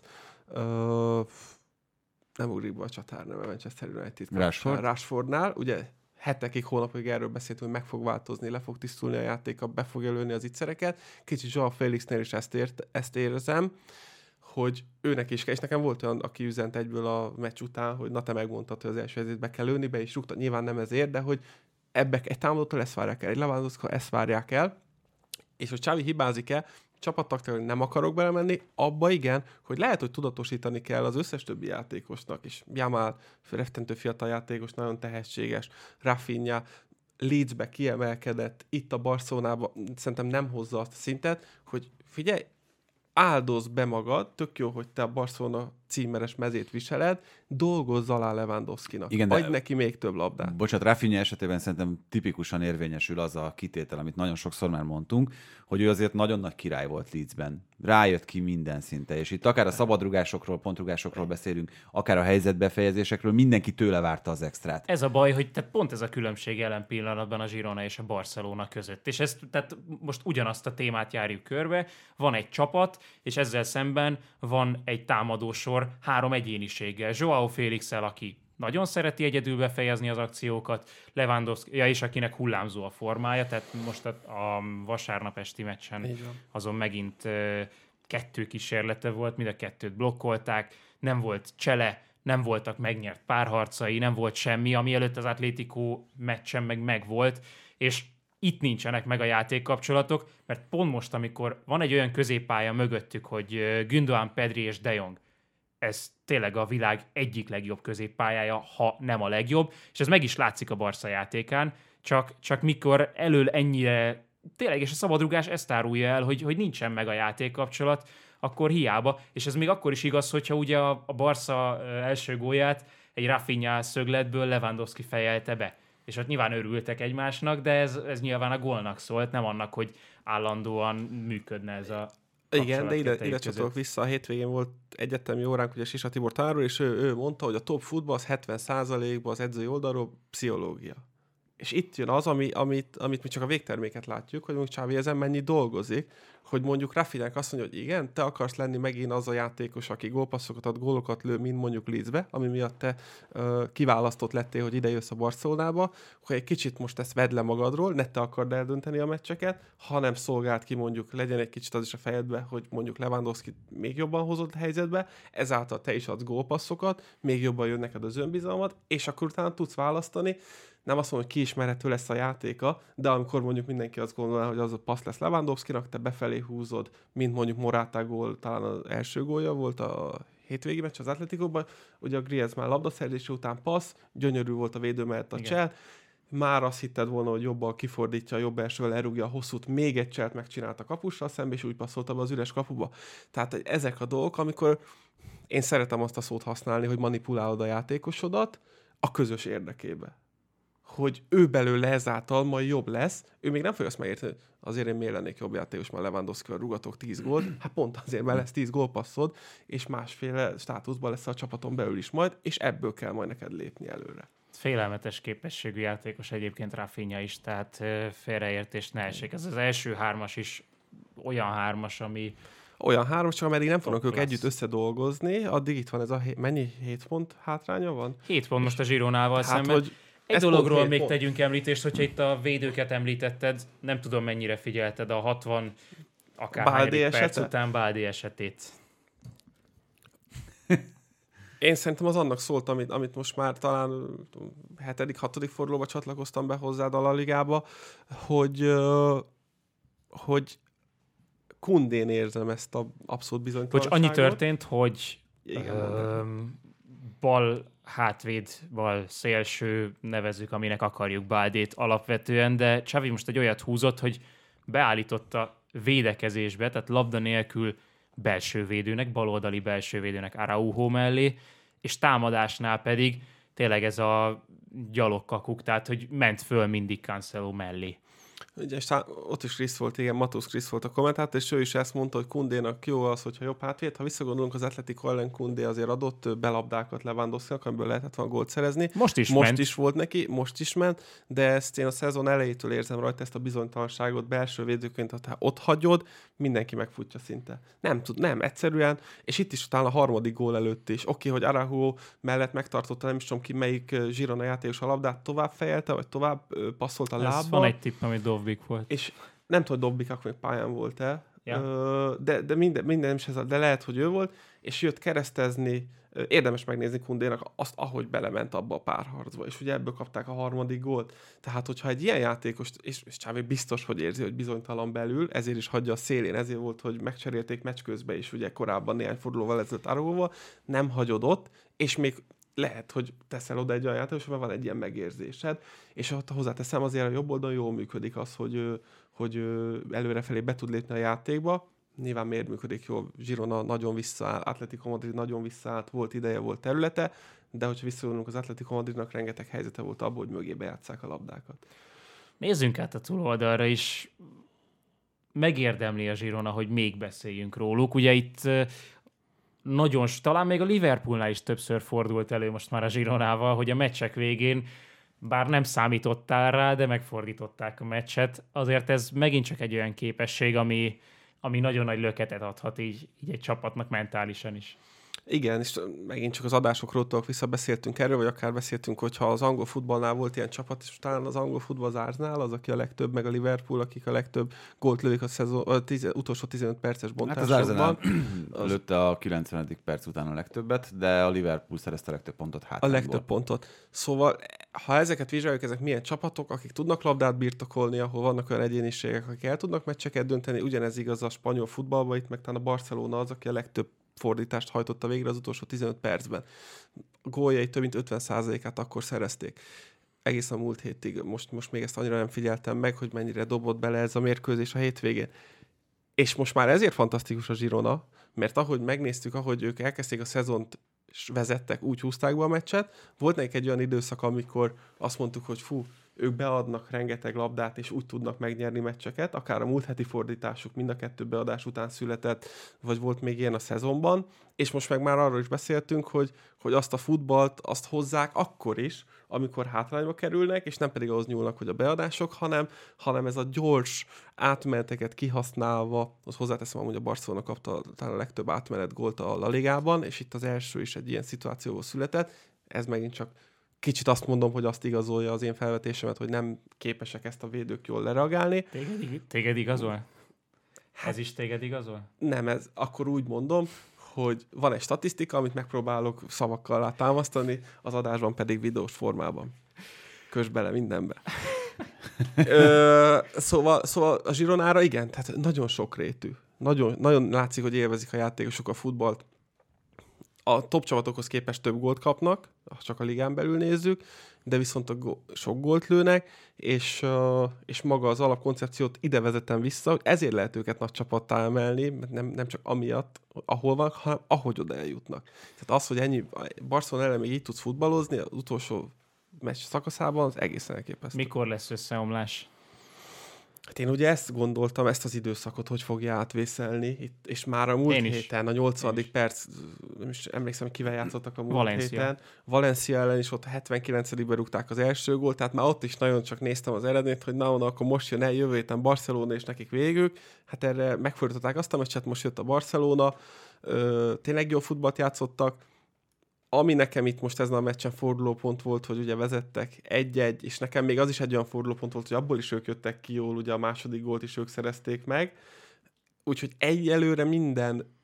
nem ugrik be a csatár, nem a Manchester United kapcsán, Rashford? Rashfordnál, ugye hetekig, hónapig erről beszéltünk, hogy meg fog változni, le fog tisztulni a játéka, be fogja lőni az ittszereket. Kicsit Joao Félixnél is ezt, ért, ezt érzem, hogy őnek is kell, és nekem volt olyan, aki üzent egyből a meccs után, hogy na te megmondtad, hogy az első helyzetbe be kell lőni, be is rúgta, nyilván nem ezért, de hogy ebbe egy támadótól ezt várják el, egy Lewandowski ezt várják el, és hogy Xavi hibázik-e, csapattaktikai nem akarok belemenni, abba igen, hogy lehet, hogy tudatosítani kell az összes többi játékosnak is. Jamal, rettentő fiatal játékos, nagyon tehetséges, Rafinha, Leedsbe kiemelkedett, itt a Barcelonában szerintem nem hozza azt a szintet, hogy figyelj, áldozz be magad, tök jó, hogy te a Barcelona címeres mezét viseled, dolgozz alá Lewandowskinak. Igen, adj neki még több labdát. Bocsánat, Rafinha esetében szerintem tipikusan érvényesül az a kitétel, amit nagyon sokszor már mondtunk, hogy ő azért nagyon nagy király volt Leedsben. Rájött ki minden szinte, és itt akár a szabadrugásokról, pontrugásokról beszélünk, akár a helyzetbefejezésekről, mindenki tőle várta az extrát. Ez a baj, hogy tehát pont ez a különbség jelen pillanatban a Girona és a Barcelona között. És ezt, tehát most ugyanazt a témát járjuk körbe, van egy csapat, és ezzel szemben van egy támadósor három egyéniséggel. Joao Félix-el, aki nagyon szereti egyedül befejezni az akciókat, Lewandowski, ja, és akinek hullámzó a formája, tehát most a, a vasárnap esti meccsen azon megint uh, kettő kísérlete volt, mind a kettőt blokkolták, nem volt csele, nem voltak megnyert párharcai, nem volt semmi, ami előtt az Atlético meccsen meg megvolt, és itt nincsenek meg a játékkapcsolatok, mert pont most, amikor van egy olyan középpálya mögöttük, hogy Gündoğan, Pedri és De Jong, ez tényleg a világ egyik legjobb középpályája, ha nem a legjobb, és ez meg is látszik a Barca játékán, csak, csak mikor elől ennyire, tényleg, és a szabadrugás ezt árulja el, hogy, hogy nincsen meg a játékkapcsolat, akkor hiába, és ez még akkor is igaz, hogyha ugye a, a Barca első gólját egy Rafinha szögletből Lewandowski fejelte be. És ott nyilván örültek egymásnak, de ez, ez nyilván a gólnak szólt, nem annak, hogy állandóan működne ez a igen, de ide, ide csatolok vissza. A hétvégén volt egyetemi óránk, ugye Sisa Tibor tanárról, és ő, ő mondta, hogy a top futball az hetven százalékban az edzői oldalról pszichológia. És itt jön az, ami, amit, amit mi csak a végterméket látjuk, hogy mondjuk Xavi ezen mennyi dolgozik, hogy mondjuk Rafinhának azt mondja, hogy igen, te akarsz lenni megint az a játékos, aki gólpasszokat ad, gólokat lő, mint mondjuk Leedsbe, ami miatt te uh, kiválasztott lettél, hogy ide jössz a Barcelonába, hogy egy kicsit most ezt vedd le magadról, ne te akard eldönteni a meccseket, hanem szolgált ki mondjuk, legyen egy kicsit az is a fejedbe, hogy mondjuk Lewandowski még jobban hozott a helyzetbe, ezáltal te is adsz gólpasszokat, még jobban jön neked az önbizalmad, és akkor utána tudsz választani. Nem azt mondom, hogy kiismerhető lesz a játéka, de amikor mondjuk mindenki azt gondolná, hogy az a passz lesz Lewandowskinak, te befelé húzod, mint mondjuk Morata gól, talán az első gólja volt a hétvégi meccs az Atleticóban, ugye a Griezmann labdaszerzése után passz, gyönyörű volt a védő mellett a csel, már azt hitted volna, hogy jobban kifordítja, jobb elsővel elrúgja a hosszút, még egy cselt megcsinálta kapussal szembe, és úgy passzolta be az üres kapuba. Tehát ezek a dolgok, amikor én szeretem azt a szót használni, hogy manipulálod a játékosodat a közös érdekébe. Hogy ő belőle ezáltal majd jobb lesz, ő még nem fogja azt megérteni, azért én miért lennék jobb játékos, már Lewandowskival rúgatok tíz gólt, hát pont azért, mert lesz tíz gólpasszod, és másféle státuszban lesz a csapaton belül is majd, és ebből kell majd neked lépni előre. Félelmetes képességű játékos egyébként Rafinha is, tehát félreértés ne essék. Ez az első hármas is olyan hármas, ami... Olyan hármas, csak ameddig nem fognak ők együtt összedolgozni, addig itt van ez a hé... mennyi hét pont hátránya van? hét pont most a Gironával hát, szemben. Hogy egy dologról még pont. Tegyünk említést, hogyha itt a védőket említetted, nem tudom mennyire figyelted a hatvan akárhányadik perc után Baldi esetét. Én szerintem az annak szólt, amit, amit most már talán hetedik, hatodik fordulóba csatlakoztam be hozzád a La Ligába, hogy, hogy Koundén érzem ezt a abszolút bizonytalanságot. Hogy annyi történt, hogy Igen, ö, bal hátvéd, bal szélső, nevezzük, aminek akarjuk Baldét alapvetően, de Xavi most egy olyat húzott, hogy beállította védekezésbe, tehát labda nélkül belső védőnek, baloldali belső védőnek Araujo mellé, és támadásnál pedig tényleg ez a gyalogkakuk, tehát hogy ment föl mindig Cancelo mellé. Ugye, és ott is Krisz volt, igen, Matusz Krisz volt a kommentátor, és ő is ezt mondta, hogy Koundénak jó az, hogyha jobb hátvéd. Ha visszagondolunk, az Atletico ellen Koundé azért adott belabdákat Lewandowskinak, amiből lehetett volna gólt szerezni. Most is Most ment. is volt neki, most is ment, de ezt én a szezon elejétől érzem rajta, ezt a bizonytalanságot belső védőként, ha ott hagyod, mindenki megfutja szinte. Nem tud, nem, egyszerűen, és itt is talán a harmadik gól előtt is. Oké, hogy Araujo mellett megtartotta, nem is tudom ki, melyik Girona játékos a labdát tovább fejelte, vagy tovább passzolt a lábbal. Ez van egy tipp, amit Dobbik volt. És nem tudom, hogy Dobbik akkor még pályán volt-e, Ja. de, de minden, minden is ez, a, de lehet, hogy ő volt, és jött keresztezni, érdemes megnézni Koundénak azt, ahogy belement abba a párharcba, és ugye ebből kapták a harmadik gólt. Tehát, hogyha egy ilyen játékos, és, és Xavi biztos, hogy érzi, hogy bizonytalan belül, ezért is hagyja a szélén, ezért volt, hogy megcserélték meccs közben is, ugye korábban néhány fordulóval ezelőtt Araujóval, nem hagyod ott, és még lehet, hogy teszel oda egy olyan játékos, mert van egy ilyen megérzésed, és ott hozzáteszem, azért a jobb oldalon jól működik az, hogy, hogy előrefelé be tud lépni a játékba. Nyilván miért működik jól? Girona nagyon visszaáll, Atletico Madrid nagyon visszaállt, volt ideje, volt területe, de hogyha visszagondolunk, az Atletico Madridnak rengeteg helyzete volt abból, hogy mögé bejátsszák a labdákat. Nézzünk át a túloldalra is. Megérdemli a Girona, hogy még beszéljünk róluk. Ugye itt nagyon, talán még a Liverpoolnál is többször fordult elő most már a Gironával, hogy a meccsek végén, bár nem számítottál rá, de megfordították a meccset. Azért ez megint csak egy olyan képesség, ami, ami nagyon nagy löketet adhat így, így egy csapatnak mentálisan is. Igen, és megint csak az adásokról tudok visszabeszéltünk erről, vagy akár beszéltünk, hogyha az angol futballnál volt ilyen csapat, és talán az angol futball az Arsenal, az, aki a legtöbb, meg a Liverpool, akik a legtöbb gólt lövik a, szezon, a tiz, utolsó tizenöt perces bontásokban. Hát az Arsenal lőtte a kilencvenedik perc után a legtöbbet, de a Liverpool szerezte a legtöbb pontot hátrányból. A legtöbb pontot. Szóval, ha ezeket vizsgáljuk, ezek milyen csapatok, akik tudnak labdát birtokolni, ahol vannak olyan egyéniségek, akik el tudnak meccseket dönteni, ugyanez igaz a spanyol futballban, itt meg talán a Barcelona az, aki a legtöbb fordítást hajtotta végre az utolsó tizenöt percben. A góljai több mint ötven százalékát akkor szerezték. Egészen a múlt hétig. Most, most még ezt annyira nem figyeltem meg, hogy mennyire dobott bele ez a mérkőzés a hétvégén. És most már ezért fantasztikus a Girona, mert ahogy megnéztük, ahogy ők elkezdték a szezont, és vezettek, úgy húzták be a meccset. Volt nekik egy olyan időszak, amikor azt mondtuk, hogy fú, ők beadnak rengeteg labdát, és úgy tudnak megnyerni meccseket, akár a múlt heti fordításuk mind a kettő beadás után született, vagy volt még ilyen a szezonban, és most meg már arról is beszéltünk, hogy, hogy azt a futballt, azt hozzák akkor is, amikor hátrányba kerülnek, és nem pedig ahhoz nyúlnak, hogy a beadások, hanem, hanem ez a gyors átmeneteket kihasználva, az hozzáteszem, hogy a Barcelona kapta talán a legtöbb átmenet gólt a La Ligában, és itt az első is egy ilyen szituációból született, ez megint csak kicsit azt mondom, hogy azt igazolja az én felvetésemet, hogy nem képesek ezt a védők jól lereagálni. Téged, téged igazol? Ez is téged igazol? Nem, ez akkor úgy mondom, hogy van egy statisztika, amit megpróbálok szavakkal alá támasztani, az adásban pedig videós formában. Kösd bele mindenbe. Ö, szóval, szóval a Gironára igen, tehát nagyon sokrétű. Nagyon, nagyon látszik, hogy élvezik a játékosok a futballt. A top csapatokhoz képest több gólt kapnak, csak a ligán belül nézzük, de viszont a gó- sok gólt lőnek, és, uh, és maga az alapkoncepciót ide vezetem vissza, hogy ezért lehet őket nagy csapattá emelni, mert nem, nem csak amiatt, ahol van, hanem ahogy oda eljutnak. Tehát az, hogy ennyi Barcelona ellen még így tudsz futballozni, az utolsó meccs szakaszában, az egészen elképesztő. Mikor lesz összeomlás? Hát én ugye ezt gondoltam, ezt az időszakot, hogy fogja átvészelni, itt, és már a múlt én héten, is. a nyolcvadik perc, nem is emlékszem, hogy kivel játszottak a múlt Valencia. héten. Valencia ellen is ott a hetvenkilencedikben rúgták az első gólt, tehát már ott is nagyon csak néztem az eredményt, hogy na, na akkor most jön el jövő héten Barcelona, és nekik végük. Hát erre megfordították azt a meccset, most jött a Barcelona, ö, tényleg jó futballt játszottak. Ami nekem itt most ezen a meccsen fordulópont volt, hogy ugye vezettek egy-egy, és nekem még az is egy olyan fordulópont volt, hogy abból is ők jöttek ki jól, ugye a második gólt is ők szerezték meg. Úgyhogy egyelőre minden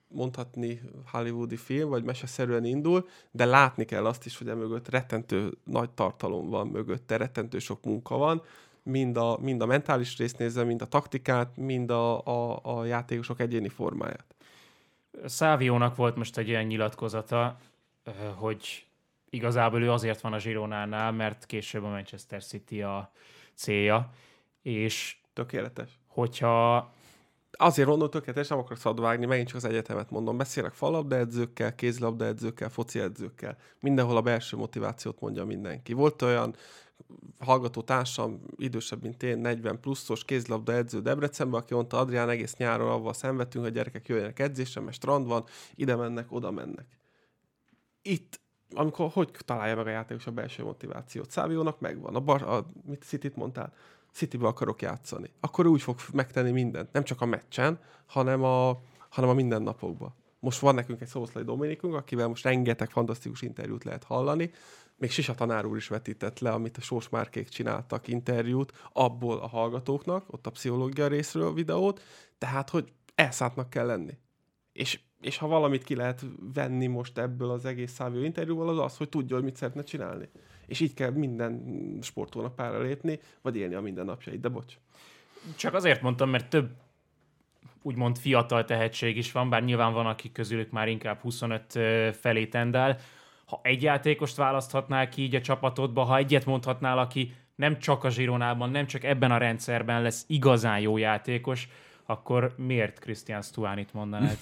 mondhatni hollywoodi film, vagy meseszerűen indul, de látni kell azt is, hogy emögött rettentő nagy tartalom van mögötte, rettentő sok munka van, mind a, mind a mentális részt nézve, mind a taktikát, mind a, a, a játékosok egyéni formáját. Száviónak volt most egy olyan nyilatkozata, hogy igazából ő azért van a Gironánál, mert később a Manchester City a célja, és tökéletes. Hogyha azért mondom tökéletes, nem akarok szadvágni, megint csak az egyetemet mondom. Beszélek falabdaedzőkkel, kézilabdaedzőkkel, fociedzőkkel. Mindenhol a belső motivációt mondja mindenki. Volt olyan hallgató társam, idősebb, mint én, negyven pluszos kézilabdaedző Debrecenben, aki mondta, Adrián, egész nyáron avval szenvedtünk, hogy gyerekek jöjjenek edzésre, mert strand van, ide mennek, oda mennek. Itt, amikor hogy találja meg a játékos a belső motivációt? Száviónak megvan. A, bar, a mit Cityt mondtál? Citybe akarok játszani. Akkor úgy fog megtenni mindent. Nem csak a meccsen, hanem a, hanem a mindennapokban. Most van nekünk egy Szoboszlai Dominikunk, akivel most rengeteg fantasztikus interjút lehet hallani. Még Sisa tanár úr is vetített le, amit a Sós Márkék csináltak interjút, abból a hallgatóknak, ott a pszichológia részről a videót, tehát, hogy elszántnak kell lenni. És, és ha valamit ki lehet venni most ebből az egész Szávió interjúval, az az, hogy tudja, hogy mit szeretne csinálni. És így kell minden sportolónak pályára lépni, vagy élni a mindennapjait, de bocs. Csak azért mondtam, mert több úgymond fiatal tehetség is van, bár nyilván van, akik közülük már inkább huszonöt felé tendál. Ha egy játékost választhatnál ki így a csapatodba, ha egyet mondhatnál, aki nem csak a Gironában, nem csak ebben a rendszerben lesz igazán jó játékos, akkor miért Christian Stuánit mondanád?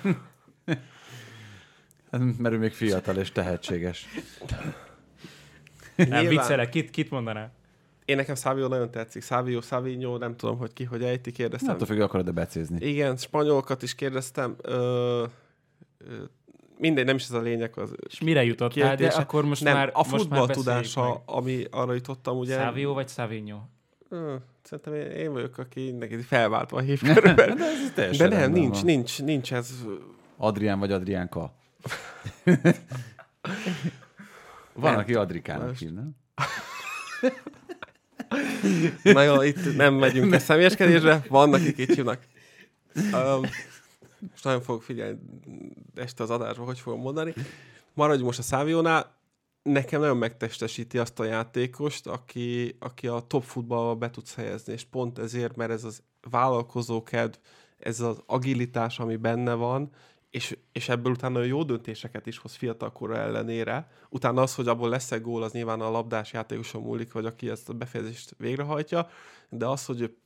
Mert ő még fiatal és tehetséges. Nem, viccelek, kit, kit mondanál? Én nekem Szávió nagyon tetszik. Szávió, Savinho, nem tudom, hogy ki, hogy ejti, kérdeztem. Nem tudom, hogy akarod-e becézni. Igen, spanyolokat is kérdeztem. Ö, ö, mindegy, nem is ez a lényeg. Az és mire jutottál? De akkor most nem, már a futball tudása, ami arra jutottam, ugye... Szávió vagy Savinho? Ö, szerintem én, én vagyok, aki neki felváltva hív körülbelül. de, de nem, nincs, nincs, nincs ez... Adrián vagy Adriánka. Van, nem, aki Adrikának hív, nem? Na jó, itt nem megyünk a személyeskedésre, vannak, akik így hívnak. Um, most nagyon fogok figyelni este az adásban, hogy fogom mondani. Maradjunk most a Száviónál. Nekem nagyon megtestesíti azt a játékost, aki, aki a top futballba be tudsz helyezni, és pont ezért, mert ez az vállalkozókedv, ez az agilitás, ami benne van, és, és ebből utána jó döntéseket is hoz fiatalkora ellenére. Utána az, hogy abból lesz egy gól, az nyilván a labdás játékoson múlik, vagy aki ezt a befejezést végrehajtja, de az, hogy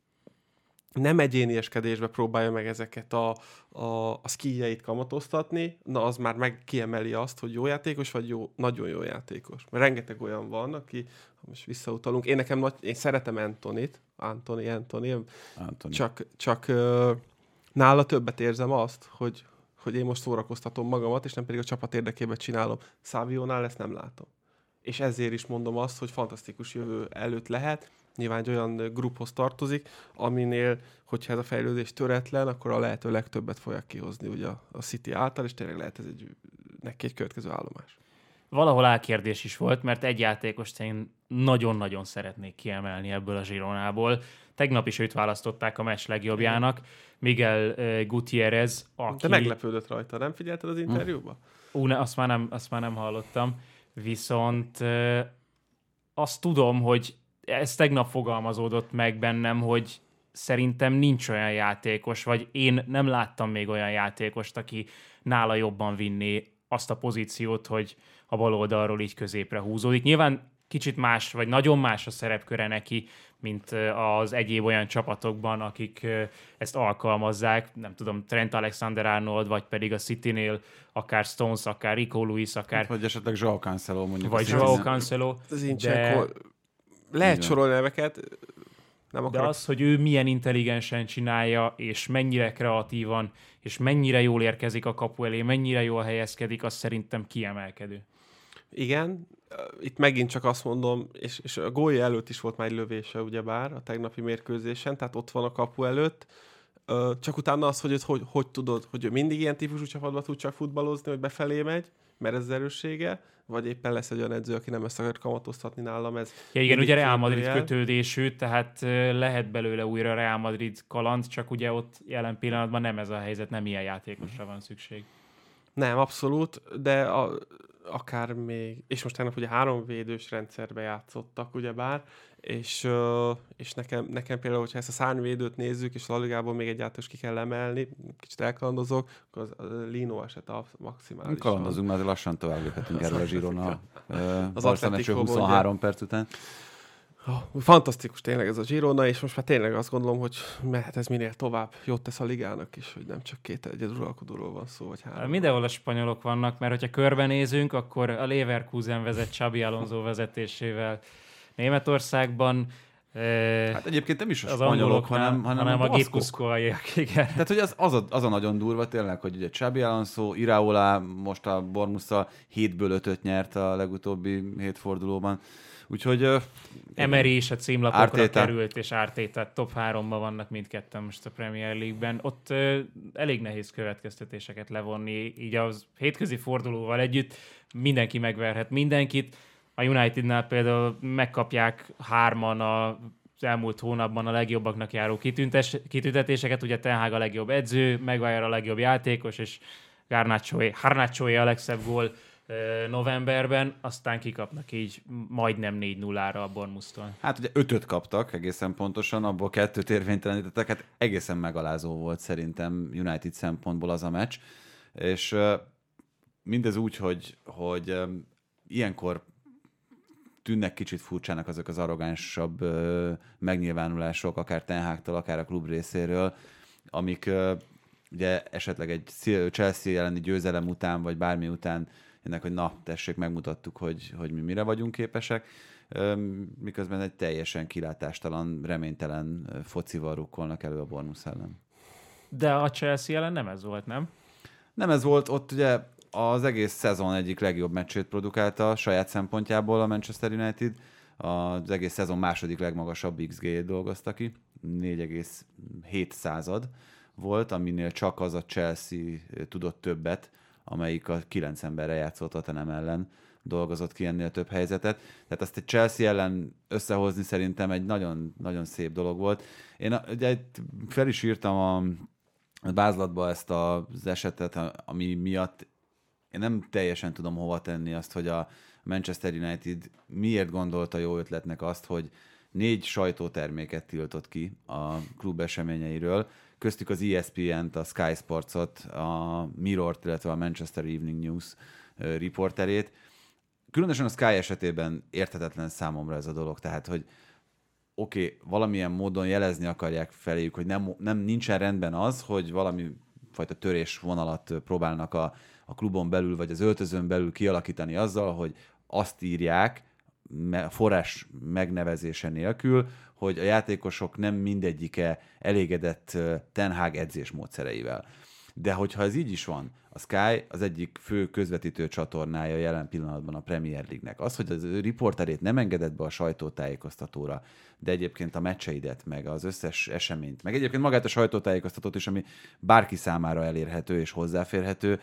nem egyénieskedésbe próbálja meg ezeket a, a, a skilljeit kamatoztatni, na az már meg kiemeli azt, hogy jó játékos, vagy jó, nagyon jó játékos. Mert rengeteg olyan van, aki, most visszautalunk, én nekem nagy, én szeretem Antonit, Antoni, Antoni, Antoni. csak, csak uh, nála többet érzem azt, hogy hogy én most szórakoztatom magamat, és nem pedig a csapat érdekében csinálom. Száviónál ezt nem látom. És ezért is mondom azt, hogy fantasztikus jövő előtt lehet. Nyilván egy olyan gruphoz tartozik, aminél, hogyha ez a fejlődés töretlen, akkor a lehető legtöbbet fogják kihozni ugye a City által, és tényleg lehet ez egy, neki egy következő állomás. Valahol álkérdés is volt, mert egy játékost én nagyon-nagyon szeretnék kiemelni ebből a Gironából. Tegnap is őt választották a meccs legjobbjának, Miguel uh, Gutiérrez, aki... De meglepődött rajta, nem figyelted az interjúban? Ú, ne, azt, már nem, azt már nem hallottam. Viszont uh, azt tudom, hogy ez tegnap fogalmazódott meg bennem, hogy szerintem nincs olyan játékos, vagy én nem láttam még olyan játékost, aki nála jobban vinné azt a pozíciót, hogy a bal oldalról így középre húzódik. Nyilván kicsit más, vagy nagyon más a szerepköre neki, mint az egyéb olyan csapatokban, akik ezt alkalmazzák. Nem tudom, Trent Alexander-Arnold, vagy pedig a Citynél akár Stones, akár Rico Lewis, akár... Vagy esetleg Joao Cancelo mondjuk. Vagy Joao Cancelo. De... Lehet sorolni neveket, nem akarok. De az, hogy ő milyen intelligensen csinálja, és mennyire kreatívan, és mennyire jól érkezik a kapu elé, mennyire jól helyezkedik, az szerintem kiemelkedő. Igen, itt megint csak azt mondom, és, és a gólja előtt is volt már egy lövése, ugyebár, a tegnapi mérkőzésen, tehát ott van a kapu előtt. Csak utána az, hogy hogy, hogy tudod, hogy ő mindig ilyen típusú csapatban tud csak futballozni, hogy befelé megy, merezerősége, vagy éppen lesz egy olyan edző, aki nem ezt akar kamatoztatni nálam. Ez ja, igen, ugye Real Madrid kérdőjel. kötődésű, tehát lehet belőle újra Real Madrid kaland, csak ugye ott jelen pillanatban nem ez a helyzet, nem ilyen játékosra van szükség. Nem, abszolút, de a, akár még, és most tegnap ugye három védős rendszerbe játszottak, ugyebár, és, és nekem, nekem például, hogyha ezt a szárnyvédőt nézzük, és a La Ligából még egy játékos ki kell emelni, kicsit elkalandozok, akkor az, a Lino eset a maximális. Kalandozunk, mert lassan tovább léphetünk erről a Girona az Barca meccsről huszonhárom perc után. Oh, fantasztikus tényleg ez a Girona, és most már tényleg azt gondolom, hogy mehet ez minél tovább. Jót tesz a ligának is, hogy nem csak két egyed uralkodóról van szó, vagy három. Mindenhol a spanyolok vannak, mert hogyha körbenézünk, akkor a Leverkusen vezet Xabi Alonso vezetésével Németországban. Hát egyébként nem is a az spanyolok, hanem, hanem, hanem a, a baszkok. gipuzkoaiak, igen. Tehát, hogy az, az, a, az a nagyon durva tényleg, hogy ugye Xabi Alonso, Iraola most a Bournemouth-szal hétből ötöt nyert a legutóbbi hét fordulóban. Úgyhogy... Uh, Emery is a címlapokra Arteta. került, és Arteta top háromban vannak mindketten most a Premier League-ben. Ott uh, elég nehéz következtetéseket levonni, így az hétközi fordulóval együtt mindenki megverhet mindenkit. A Unitednál például megkapják hárman a az elmúlt hónapban a legjobbaknak járó kitüntes, kitüntetéseket, ugye Ten Hag a legjobb edző, Maguire a legjobb játékos, és Garnachoé a legszebb gól novemberben, aztán kikapnak így majdnem négy nullára a Bournemouth-tól. Hát ugye ötöt kaptak egészen pontosan, abból kettőt érvénytelenítettek, hát egészen megalázó volt szerintem United szempontból az a meccs, és uh, mindez úgy, hogy, hogy um, ilyenkor tűnnek kicsit furcsának azok az arrogánsabb uh, megnyilvánulások, akár Ten Hagtól, akár a klub részéről, amik uh, ugye esetleg egy Chelsea elleni győzelem után, vagy bármi után ennek, hogy na, tessék, megmutattuk, hogy, hogy mi mire vagyunk képesek, miközben egy teljesen kilátástalan, reménytelen focival rukkolnak elő a Bournemouth ellen. De a Chelsea ellen nem ez volt, nem? Nem ez volt, ott ugye az egész szezon egyik legjobb meccsét produkálta saját szempontjából a Manchester United, az egész szezon második legmagasabb iksz gé-jét dolgozta ki, négy egész hét század volt, aminél csak az a Chelsea tudott többet, amelyik a kilenc emberre játszott Tottenham ellen, dolgozott ki ennél több helyzetet. Tehát azt egy Chelsea ellen összehozni szerintem egy nagyon, nagyon szép dolog volt. Én ugye fel is írtam a vázlatba ezt az esetet, ami miatt én nem teljesen tudom hova tenni azt, hogy a Manchester United miért gondolta jó ötletnek azt, hogy négy sajtóterméket tiltott ki a klub eseményeiről, köztük az E S P N-t, a Sky Sports-ot, a Mirror-t, illetve a Manchester Evening News riporterét. Különösen a Sky esetében érthetetlen számomra ez a dolog, tehát, hogy oké, okay, valamilyen módon jelezni akarják feléjük, hogy nem, nem nincsen rendben az, hogy valami fajta törésvonalat próbálnak a, a klubon belül, vagy az öltözön belül kialakítani azzal, hogy azt írják, forrás megnevezése nélkül, hogy a játékosok nem mindegyike elégedett Ten Hag edzésmódszereivel. De hogyha ez így is van, a Sky az egyik fő közvetítő csatornája jelen pillanatban a Premier League-nek. Az, hogy az riporterét nem engedett be a sajtótájékoztatóra, de egyébként a meccseidet, meg az összes eseményt, meg egyébként magát a sajtótájékoztatót is, ami bárki számára elérhető és hozzáférhető,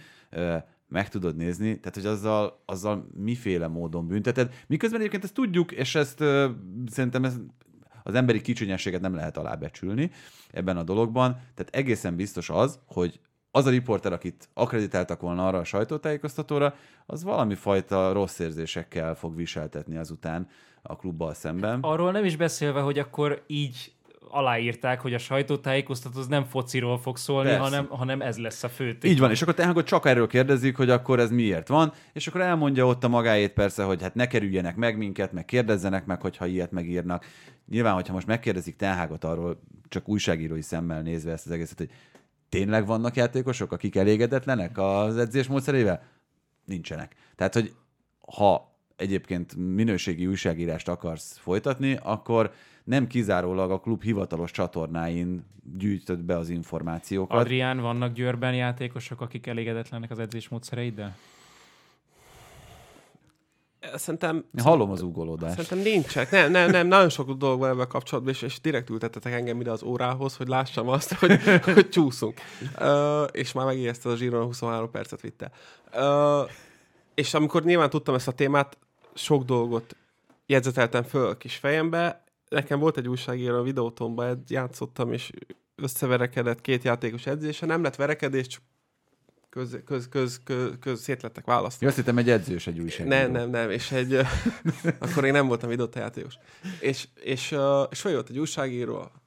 meg tudod nézni, tehát hogy azzal, azzal miféle módon bünteted. Miközben egyébként ezt tudjuk, és ezt uh, szerintem ez, az emberi kicsinyességet nem lehet alábecsülni ebben a dologban. Tehát egészen biztos az, hogy az a riporter, akit akkreditáltak volna arra a sajtótájékoztatóra, az valami fajta rossz érzésekkel fog viseltetni azután a klubbal szemben. Arról nem is beszélve, hogy akkor így aláírták, hogy a sajtótájékoztató az nem fociról fog szólni, hanem, hanem ez lesz a fő téma. Így van, és akkor Ten Hagot csak erről kérdezik, hogy akkor ez miért van, és akkor elmondja ott a magáét persze, hogy hát ne kerüljenek meg minket, meg kérdezzenek meg, hogyha ilyet megírnak. Nyilván, hogyha most megkérdezik Ten Hagot arról, csak újságírói szemmel nézve ezt az egészet, hogy tényleg vannak játékosok, akik elégedetlenek az edzésmódszerével? Nincsenek. Tehát, hogy ha egyébként minőségi újságírást akarsz folytatni, akkor nem kizárólag a klub hivatalos csatornáin gyűjtöd be az információkat. Adrián, vannak Győrben játékosok, akik elégedetlenek az edzésmódszereiddel? Szerintem... Én hallom az ugolódást. Szerintem nincsenek. Nem, nem, nem, nagyon sok dolog van ebben kapcsolatban, és, és direkt ültettetek engem ide az órához, hogy lássam azt, hogy, hogy csúszunk. Uh, és már megijesztett a Girona huszonhárom percet vitte. Uh, és amikor nyilván tudtam ezt a témát, sok dolgot jegyzeteltem föl a kis fejembe. Nekem volt egy újságíró a videótomban, játszottam, és összeverekedett két játékos edzése. Nem lett verekedés, csak köz, köz, köz, köz, köz szét lettek választani. Azt hittem egy edzős, egy újságíró. Nem, nem, nem. És egy... akkor én nem voltam videóta játékos. És, és, és följött egy újságíró a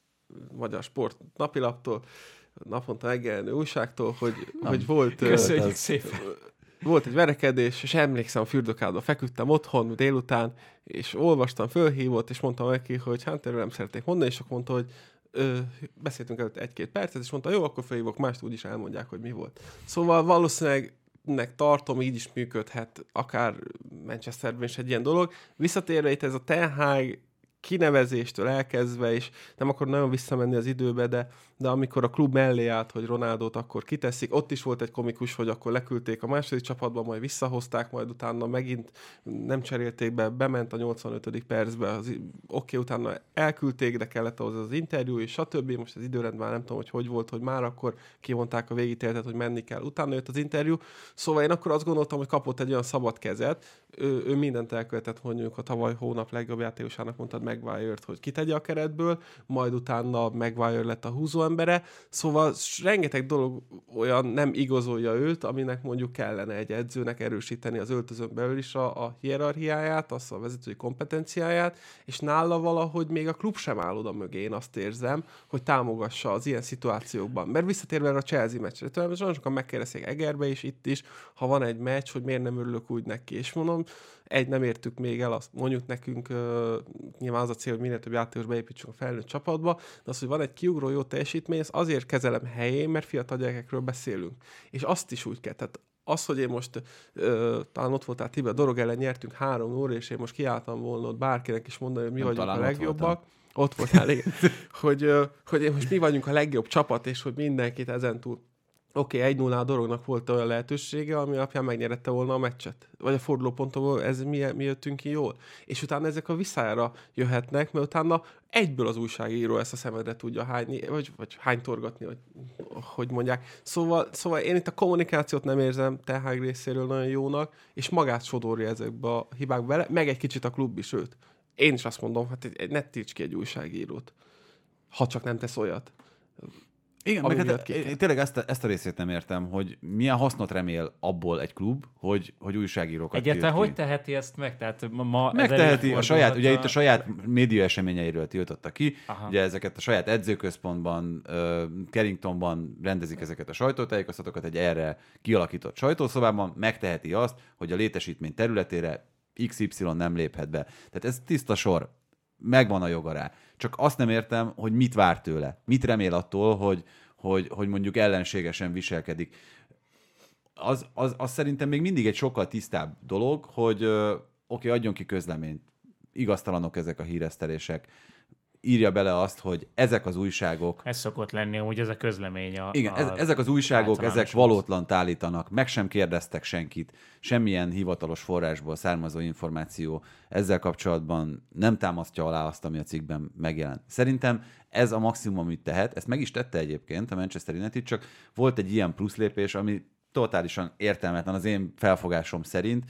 Magyar Sport napilaptól, naponta megjelenő újságtól, hogy, hogy volt... Köszönjük szépen. Volt egy verekedés, és emlékszem, a fürdőkádba feküdtem otthon délután, és olvastam, fölhívott, és mondtam neki, hogy hát erről nem szeretnék mondani, és akkor mondta, hogy ö, beszéltünk előtt egy-két percet, és mondta, jó, akkor fölhívok mást, úgyis elmondják, hogy mi volt. Szóval valószínűleg nek tartom, így is működhet, akár Manchesterben is egy ilyen dolog. Visszatérve itt ez a Ten Hag kinevezéstől elkezdve, és nem akar nagyon visszamenni az időbe, de, de amikor a klub mellé állt, hogy Ronaldot akkor kiteszik, ott is volt egy komikus, hogy akkor leküldték a második csapatba, majd visszahozták, majd utána megint nem cserélték be, bement a nyolcvanötödik percbe, az, oké, okay, utána elküldték, de kellett ahhoz az interjú, és stb. Most az időrend már nem tudom, hogy hogy volt, hogy már akkor kimondták a végítéletet, hogy menni kell. Utána jött az interjú, szóval én akkor azt gondoltam, hogy kapott egy olyan szabad kezet, ő, ő mindent elkövetett, mondjuk a tavaly hónap legjobb játékosának mondtad Maguire-t, hogy kitegye a keretből, majd utána Maguire lett a húzóembere, szóval rengeteg dolog olyan nem igazolja őt, aminek mondjuk kellene egy edzőnek erősíteni az öltözön belül is a, a hierarchiáját, azt a vezetői kompetenciáját, és nála valahogy még a klub sem áll oda mögé, én azt érzem, hogy támogassa az ilyen szituációkban. Mert visszatérve a Chelsea meccsre, talán nagyon sokan megkérdezték Egerbe is, itt is, ha van egy meccs, hogy miért nem örülök úgy neki, és mondom, egy, nem értük még el, azt mondjuk nekünk, uh, nyilván az a cél, hogy minél több játékos beépítsünk a felnőtt csapatba, de az, hogy van egy kiugró jó teljesítmény, az azért kezelem helyén, mert fiatal gyerekekről beszélünk. És azt is úgy kell. Tehát az, hogy én most uh, talán ott voltál Tibe, a Dorog ellen nyertünk három óra, és én most kiálltam volna ott bárkinek is mondani, hogy mi nem vagyunk a legjobbak. Ott voltál, igen. hogy, uh, hogy én most mi vagyunk a legjobb csapat, és hogy mindenkit ezentúl. Oké, okay, egy nulla a Dorognak volt olyan lehetősége, ami alapján megnyerette volna a meccset. Vagy a fordulóponton, ez mi, mi jöttünk ki jól. És utána ezek a visszájára jöhetnek, mert utána egyből az újságíró ezt a szemedre tudja hányni, vagy, vagy hánytorgatni, vagy hogy mondják. Szóval, szóval én itt a kommunikációt nem érzem Ten Hag részéről nagyon jónak, és magát sodorja ezekbe a hibákba bele, meg egy kicsit a klub is őt. Én is azt mondom, hát ne tilts ki egy újságírót, ha csak nem tesz olyat. Igen, meg hát, én tényleg ezt a, ezt a részét nem értem, hogy milyen hasznot remél abból egy klub, hogy, hogy újságírókat egyáltalán hogy teheti ezt meg? Tehát ma megteheti a saját, ugye itt a saját média eseményeiről tiltotta ki, aha. Ugye ezeket a saját edzőközpontban, uh, Carringtonban rendezik ezeket a sajtótájékoztatókat egy erre kialakított sajtószobában, megteheti azt, hogy a létesítmény területére iksz ipszilon nem léphet be. Tehát ez tiszta sor, megvan a joga rá. Csak azt nem értem, hogy mit vár tőle. Mit remél attól, hogy, hogy, hogy mondjuk ellenségesen viselkedik. Az, az, az szerintem még mindig egy sokkal tisztább dolog, hogy oké, okay, adjon ki közleményt. Igaztalanok ezek a híresztelések. Írja bele azt, hogy ezek az újságok... Ez szokott lenni, amúgy ez a közlemény. A, igen, ez, ezek az újságok, ezek valótlant állítanak, meg sem kérdeztek senkit, semmilyen hivatalos forrásból származó információ ezzel kapcsolatban nem támasztja alá azt, ami a cikkben megjelent. Szerintem ez a maximum, amit tehet. Ezt meg is tette egyébként a Manchester United, csak volt egy ilyen plusz lépés, ami totálisan értelmetlen az én felfogásom szerint.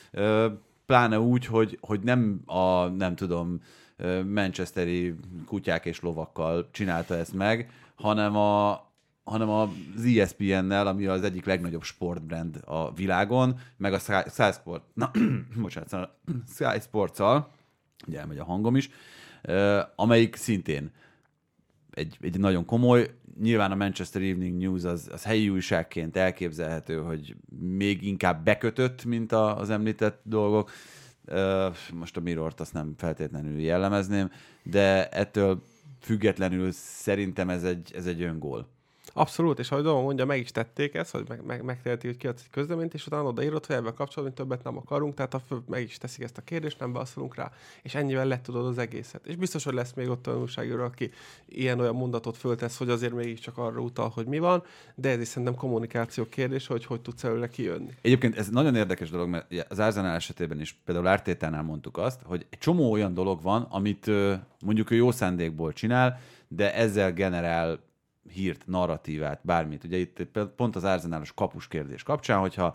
Pláne úgy, hogy, hogy nem a, nem tudom, manchesteri kutyák és lovakkal csinálta ezt meg, hanem, a, hanem az E S P N-nel, ami az egyik legnagyobb sportbrand a világon, meg a Sky Sport, na, bocsánat, Sky Sports-al, ugye elmegy a hangom is, amelyik szintén egy, egy nagyon komoly, nyilván a Manchester Evening News az, az helyi újságként elképzelhető, hogy még inkább bekötött, mint az említett dolgok. Most a Mirrort azt nem feltétlenül jellemezném, de ettől függetlenül szerintem ez egy, ez egy öngól. Abszolút, és ahogy Doma mondja, meg is tették ezt, hogy meg, meg, megteheti, hogy kiadsz egy közleményt, és utána odaírod, hogy ebben kapcsolatban többet nem akarunk, tehát a fő, meg is teszik ezt a kérdést, nem beszélünk rá, és ennyivel lett tudod az egészet. És biztos, hogy lesz még ott olyan újságíró, aki ilyen-olyan mondatot föltesz, hogy azért mégiscsak arra utal, hogy mi van, de ez is szerintem kommunikáció kérdés, hogy hogy tudsz előle kijönni. Egyébként ez nagyon érdekes dolog, mert az Arsenal esetében is, például Artétánál mondtuk azt, hogy egy csomó olyan dolog van, amit mondjuk ő jó szándékból csinál, de ezzel generál hírt, narratívát, bármit. Ugye itt pont az Arsenalos kapus kérdés kapcsán, hogyha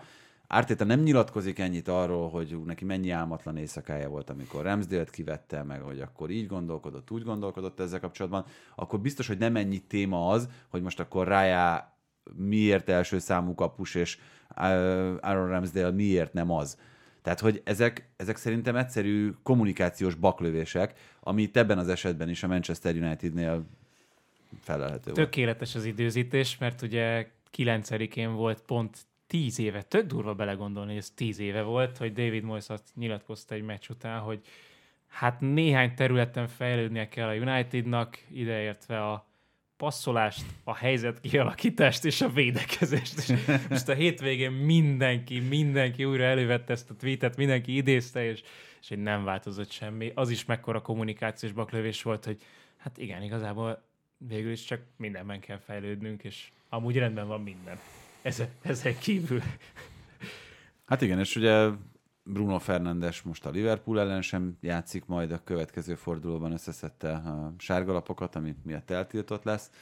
Arteta nem nyilatkozik ennyit arról, hogy neki mennyi álmatlan éjszakája volt, amikor Ramsdale-t kivette, meg hogy akkor így gondolkodott, úgy gondolkodott ezzel kapcsolatban, akkor biztos, hogy nem ennyi téma az, hogy most akkor Raya miért első számú kapus, és Aaron Ramsdale miért nem az. Tehát, hogy ezek, ezek szerintem egyszerű kommunikációs baklövések, ami itt ebben az esetben is a Manchester Unitednél felelhető volt. Tökéletes az időzítés, mert ugye kilencedikén volt pont tíz éve, tök durva belegondolni, hogy ez tíz éve volt, hogy David Moyes azt nyilatkozta egy meccs után, hogy hát néhány területen fejlődnie kell a Unitednak, ideértve a passzolást, a helyzet kialakítást és a védekezést. És most a hétvégén mindenki, mindenki újra elővette ezt a tweetet, mindenki idézte, és, és hogy nem változott semmi. Az is mekkora kommunikációs baklövés volt, hogy hát igen, igazából végül is csak mindenben kell fejlődnünk, és amúgy rendben van minden. Ezen, ezen kívül. Hát igen, és ugye Bruno Fernandes most a Liverpool ellen sem játszik, majd a következő fordulóban összeszedte a sárgalapokat, ami miatt eltiltott lesz.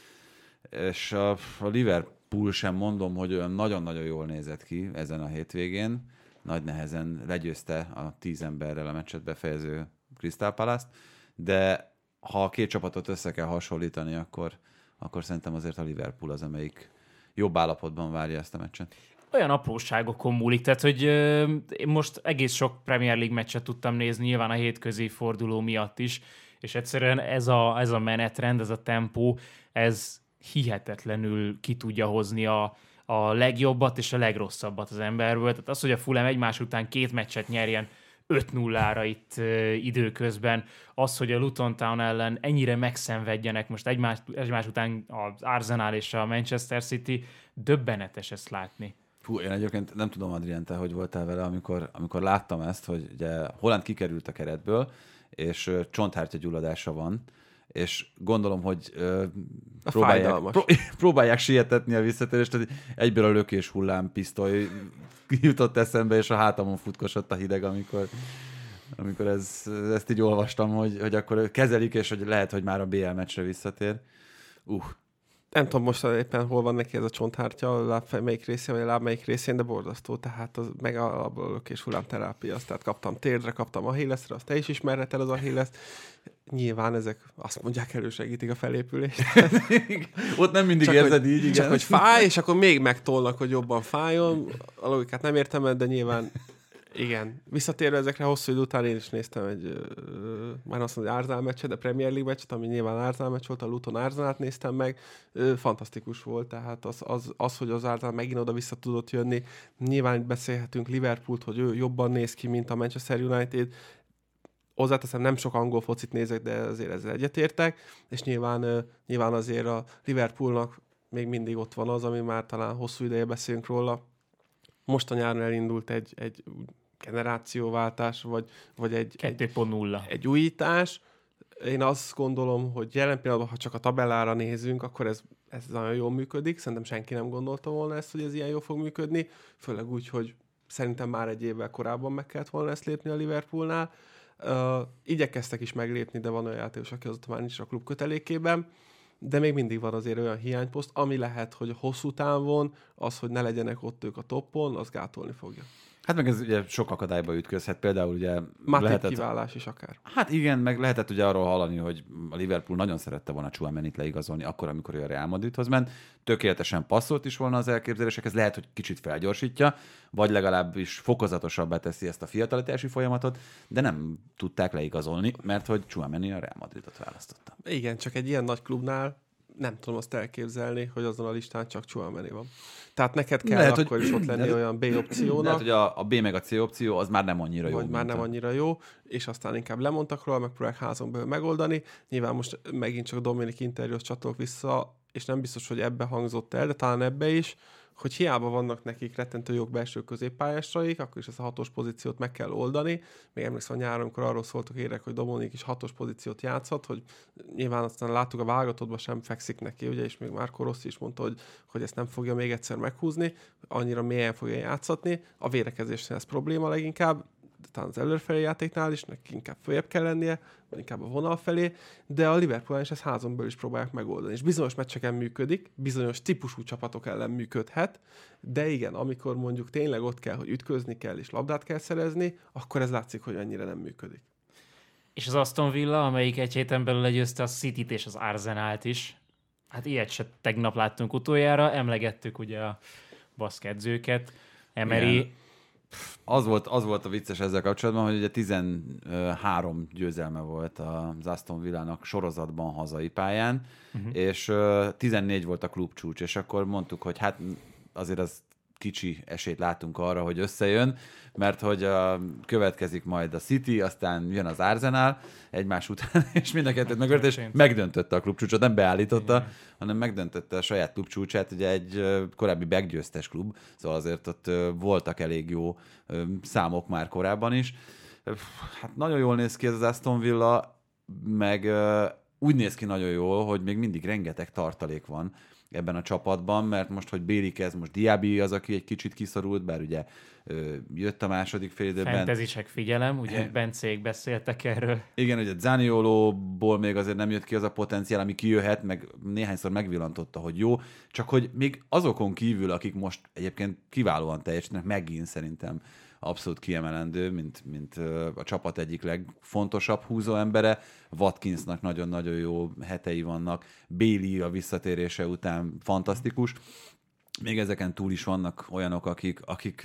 És a, a Liverpool sem mondom, hogy olyan nagyon-nagyon jól nézett ki ezen a hétvégén. Nagy nehezen legyőzte a tíz emberrel a meccset befejező Crystal Palace-t, de ha a két csapatot össze kell hasonlítani, akkor, akkor szerintem azért a Liverpool az, amelyik jobb állapotban várja ezt a meccset. Olyan apróságokon múlik, tehát hogy euh, most egész sok Premier League meccset tudtam nézni, nyilván a hétközi forduló miatt is, és egyszerűen ez a, ez a menetrend, ez a tempó, ez hihetetlenül ki tudja hozni a, a legjobbat és a legrosszabbat az emberből. Tehát az, hogy a Fulham egymás után két meccset nyerjen öt nullára itt uh, időközben, az, hogy a Luton Town ellen ennyire megszenvedjenek most egymás, egymás után az Arsenal és a Manchester City, döbbenetes ezt látni. Fú, én egyébként nem tudom, Adrián, te hogy voltál vele, amikor, amikor láttam ezt, hogy ugye Holland kikerült a keretből, és uh, csonthártya gyulladása van, és gondolom, hogy uh, próbálják, pró- próbálják sietetni a visszatérést, tehát egyből a lökés hullám pisztoly jutott eszembe, és a hátamon futkosott a hideg, amikor, amikor ez, ezt így olvastam, hogy, hogy akkor kezelik, és hogy lehet, hogy már a bé el meccsre visszatér. Uh. Nem tudom most éppen hol van neki ez a csonthártya, a láb melyik részén, vagy a láb melyik részén, de borzasztó, tehát az, meg a, a lökés hullámterápia, azt tehát kaptam térdre, kaptam Achillesre, azt te is ismerheted az Achillest. Nyilván ezek azt mondják, elősegítik a felépülést. Ott nem mindig csak érzed hogy, így, igen. Csak hogy fáj, és akkor még megtolnak, hogy jobban fájjon. A logikát nem értem, de nyilván igen. Visszatérve ezekre hosszú idő után én is néztem egy, uh, már azt mondom, hogy Arsenal meccset, de Premier League meccset, ami nyilván Arsenal meccs volt, a Luton Arsenalt néztem meg, uh, fantasztikus volt, tehát az, az, az, hogy az Arsenal megint oda vissza tudott jönni, nyilván itt beszélhetünk Liverpoolt, hogy ő jobban néz ki, mint a Manchester United, hozzáteszem, nem sok angol focit nézek, de azért ezzel egyetértek, és nyilván, uh, nyilván azért a Liverpoolnak még mindig ott van az, ami már talán hosszú ideje beszélünk róla. Most a nyáron elindult egy, egy generációváltás, vagy, vagy egy, kettő pont nulla. Egy, egy újítás. Én azt gondolom, hogy jelen pillanatban, ha csak a tabellára nézünk, akkor ez, ez nagyon jól működik. Szerintem senki nem gondolta volna ezt, hogy ez ilyen jól fog működni. Főleg úgy, hogy szerintem már egy évvel korábban meg kellett volna ezt lépni a Liverpoolnál. Uh, igyekeztek is meglépni, de van olyan játékos, aki azóta már nincs a klub kötelékében. De még mindig van azért olyan hiányposzt, ami lehet, hogy hosszú távon az, hogy ne legyenek ott ők a toppon, az gátolni fogja. Hát meg ez ugye sok akadályba ütközhet, például ugye Matip lehetett... kiválás is akár. Hát igen, meg lehetett ugye arról hallani, hogy a Liverpool nagyon szerette volna Tchouaménit leigazolni akkor, amikor ő a Real Madridhoz ment. Tökéletesen passzolt is volna az elképzelésekhez, lehet, hogy kicsit felgyorsítja, vagy legalábbis fokozatosabbá teszi ezt a fiatalitási folyamatot, de nem tudták leigazolni, mert hogy Tchouaméni a Real Madridot választotta. Igen, csak egy ilyen nagy klubnál nem tudom azt elképzelni, hogy azon a listán csak Tchouaméni van. Tehát neked kell lehet, akkor hogy, is ott lenni lehet, olyan B opciónak. Lehet, hogy a, a B meg a C opció az már nem annyira jó. Vagy már nem annyira jó, és aztán inkább lemondtak róla, megpróbálják házon belül megoldani. Nyilván most megint csak Dominik interjúhoz csatolok vissza, és nem biztos, hogy ebbe hangzott el, de talán ebbe is, hogy hiába vannak nekik rettentő jók belső középpályásaik, akkor is ezt a hatos pozíciót meg kell oldani. Még emlékszem a nyáron, amikor arról szóltak érek, hogy Dominik is hatos pozíciót játszhat, hogy nyilván aztán láttuk a válogatottban sem fekszik neki, ugye, és még Marco Rossi is mondta, hogy, hogy ezt nem fogja még egyszer meghúzni, annyira mélyen fogja játszatni. A védekezésnél ez probléma leginkább. talán az előrefelé játéknál is, neki inkább följebb kell lennie, vagy inkább a vonal felé, de a Liverpool is ezt házon belül is próbálják megoldani. És bizonyos meccseken működik, bizonyos típusú csapatok ellen működhet, de igen, amikor mondjuk tényleg ott kell, hogy ütközni kell, és labdát kell szerezni, akkor ez látszik, hogy annyira nem működik. És az Aston Villa, amelyik egy héten belül legyőzte a Cityt és az Arsenalt is. Hát ilyet se tegnap láttunk utoljára, emlegettük ugye a baszkedzőket. Emery... Az volt, az volt a vicces ezzel kapcsolatban, hogy ugye tizenhárom győzelme volt az Aston Villának sorozatban hazai pályán, uh-huh. és tizennégy volt a klubcsúcs, és akkor mondtuk, hogy hát azért az kicsi esélyt látunk arra, hogy összejön, mert hogy uh, következik majd a City, aztán jön az Arsenal egymás után, és mind a kettőt megvert, és megdöntötte a klubcsúcsot, nem beállította, igen. hanem megdöntötte a saját klubcsúcsát, ugye egy uh, korábbi meggyőztes klub, szóval azért ott uh, voltak elég jó uh, számok már korábban is. Uh, hát nagyon jól néz ki ez az Aston Villa, meg uh, úgy néz ki nagyon jól, hogy még mindig rengeteg tartalék van ebben a csapatban, mert most, hogy Béli kezd, most Diaby az, aki egy kicsit kiszorult, bár ugye ö, jött a második fél időben. Fentezisek figyelem, ugye Bencék beszéltek erről. Igen, ugye Zaniolóból még azért nem jött ki az a potenciál, ami kijöhet, meg néhányszor megvillantotta, hogy jó, csak hogy még azokon kívül, akik most egyébként kiválóan teljesítenek, megint szerintem abszolút kiemelendő, mint, mint a csapat egyik legfontosabb húzó embere. Watkinsnak nagyon-nagyon jó hetei vannak. Bailey a visszatérése után fantasztikus. Még ezeken túl is vannak olyanok, akik, akik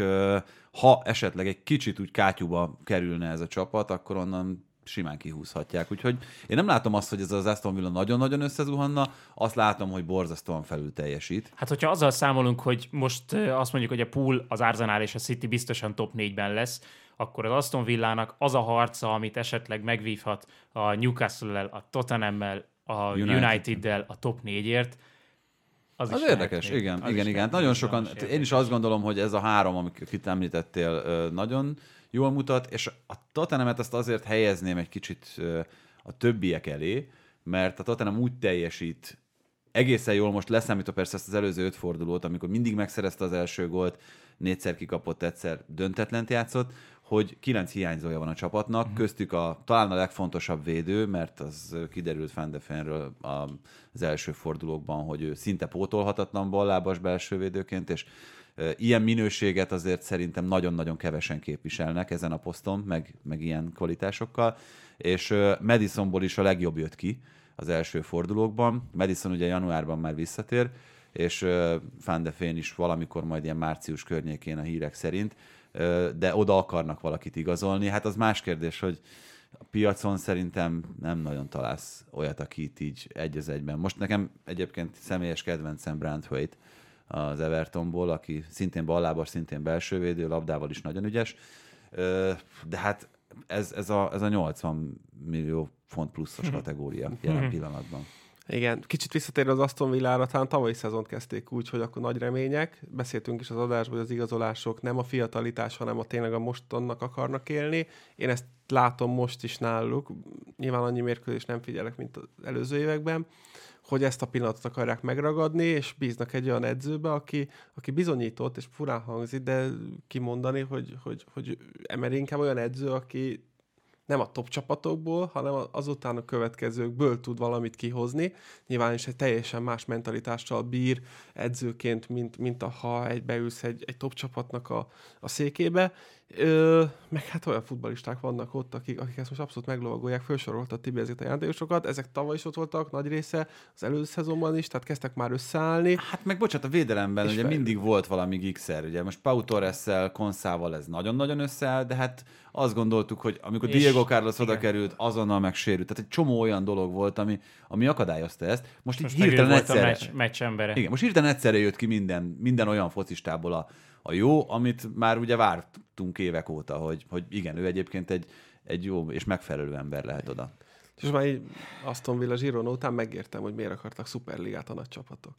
ha esetleg egy kicsit úgy kátyúba kerülne ez a csapat, akkor onnan simán kihúzhatják. Úgyhogy én nem látom azt, hogy ez az Aston Villa nagyon-nagyon összezuhanna, azt látom, hogy borzasztóan felül teljesít. Hát, hogyha azzal számolunk, hogy most azt mondjuk, hogy a Pool, az Arsenal és a City biztosan top négyben lesz, akkor az Aston Villának az a harca, amit esetleg megvívhat a Newcastle-lel, a Tottenhammel, a United. United-del a top négyért, az, az is érdekes, még. igen, az igen, igen. Nagyon sokan, én is azt gondolom, hogy ez a három, amit említettél, nagyon jól mutat, és a Tottenhamet azt azért helyezném egy kicsit a többiek elé, mert a Tottenham úgy teljesít egészen jól, most leszámítva persze ezt az előző öt fordulót, amikor mindig megszerezte az első gólt, négyszer kikapott, egyszer döntetlent játszott, hogy kilenc hiányzója van a csapatnak, uh-huh. köztük a, talán a legfontosabb védő, mert az kiderült Van de Venről az első fordulókban, hogy ő szinte pótolhatatlan ballábas belső védőként, és ilyen minőséget azért szerintem nagyon-nagyon kevesen képviselnek ezen a poszton, meg, meg ilyen kvalitásokkal, és Madisonból is a legjobb jött ki az első fordulókban. Madison ugye januárban már visszatér, és Van de Ven is valamikor majd ilyen március környékén a hírek szerint, de oda akarnak valakit igazolni. Hát az más kérdés, hogy a piacon szerintem nem nagyon találsz olyat, aki itt így egy az egyben. Most nekem egyébként személyes kedvencem Branthwaite az Evertonból, aki szintén ballábas, szintén belsővédő, labdával is nagyon ügyes, de hát ez, ez, a, ez a nyolcvan millió font pluszos kategória jelen pillanatban. Igen, kicsit visszatérve az Aston Villára, talán tavalyi szezont kezdték úgy, hogy akkor nagy remények. Beszéltünk is az adásban, hogy az igazolások nem a fiatalitás, hanem a tényleg a mostannak akarnak élni. Én ezt látom most is náluk. Nyilván annyi mérkőzést nem figyelek, mint az előző években, hogy ezt a pillanatot akarják megragadni, és bíznak egy olyan edzőbe, aki, aki bizonyított, és furán hangzik, de kimondani, hogy, hogy, hogy Emery inkább olyan edző, aki nem a top csapatokból, hanem azután a következőkből tud valamit kihozni. Nyilván is egy teljesen más mentalitással bír edzőként, mint, mint a, ha egy beülsz egy, egy top csapatnak a, a székébe. Ö, meg hát olyan futballisták vannak ott, akik, akik ezt most abszolút meglovagolják, felsorolta Tibi ezeket a játékosokat, ezek tavaly is ott voltak, nagy része az előző szezonban is, tehát kezdtek már összeállni. Hát meg bocsánat, a védelemben ugye fel... mindig volt valami gigszer, ugye most Pau Torresszel, Konszával ez nagyon-nagyon összeáll, de hát azt gondoltuk, hogy amikor és Diego Carlos oda került, azonnal megsérült. Tehát egy csomó olyan dolog volt, ami, ami akadályozta ezt. Most, most így hirtelen egyszerre... Meccs, meccsembere. Igen, most hirtelen egyszerre jött ki minden, minden olyan focistából a, a jó, amit már ugye vártunk évek óta, hogy, hogy igen, ő egyébként egy, egy jó és megfelelő ember lehet oda. És már így Aston Villa Girona után megértem, hogy miért akartak szuperligát a nagy csapatok.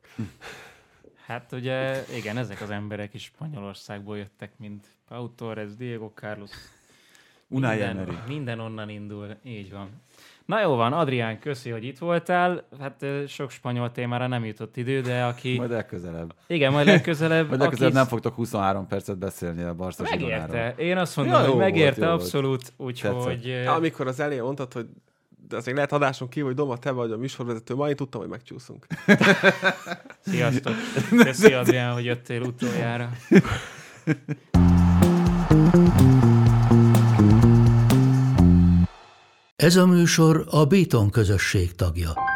Hát ugye, igen, ezek az emberek is Spanyolországból jöttek, mint Pau Torres, Diego Carlos. Unai minden, Emery. minden onnan indul, így van. Na jó van, Adrián, köszi, hogy itt voltál. Hát sok spanyol témára nem jutott idő, de aki... Majd legközelebb. Igen, majd legközelebb. Majd legközelebb aki... nem fogtok huszonhárom percet beszélni a Barca Megérte. Én azt mondom, ja, hogy megérte volt, abszolút, úgyhogy... Amikor az elején mondtad, hogy de azért lehet adáson kívül, hogy Doma, te vagy a műsorvezető, ma én tudtam, hogy megcsúszunk. Sziasztok. Köszi, Adrián, hogy jöttél utoljára. Ez a műsor a Béton közösség tagja.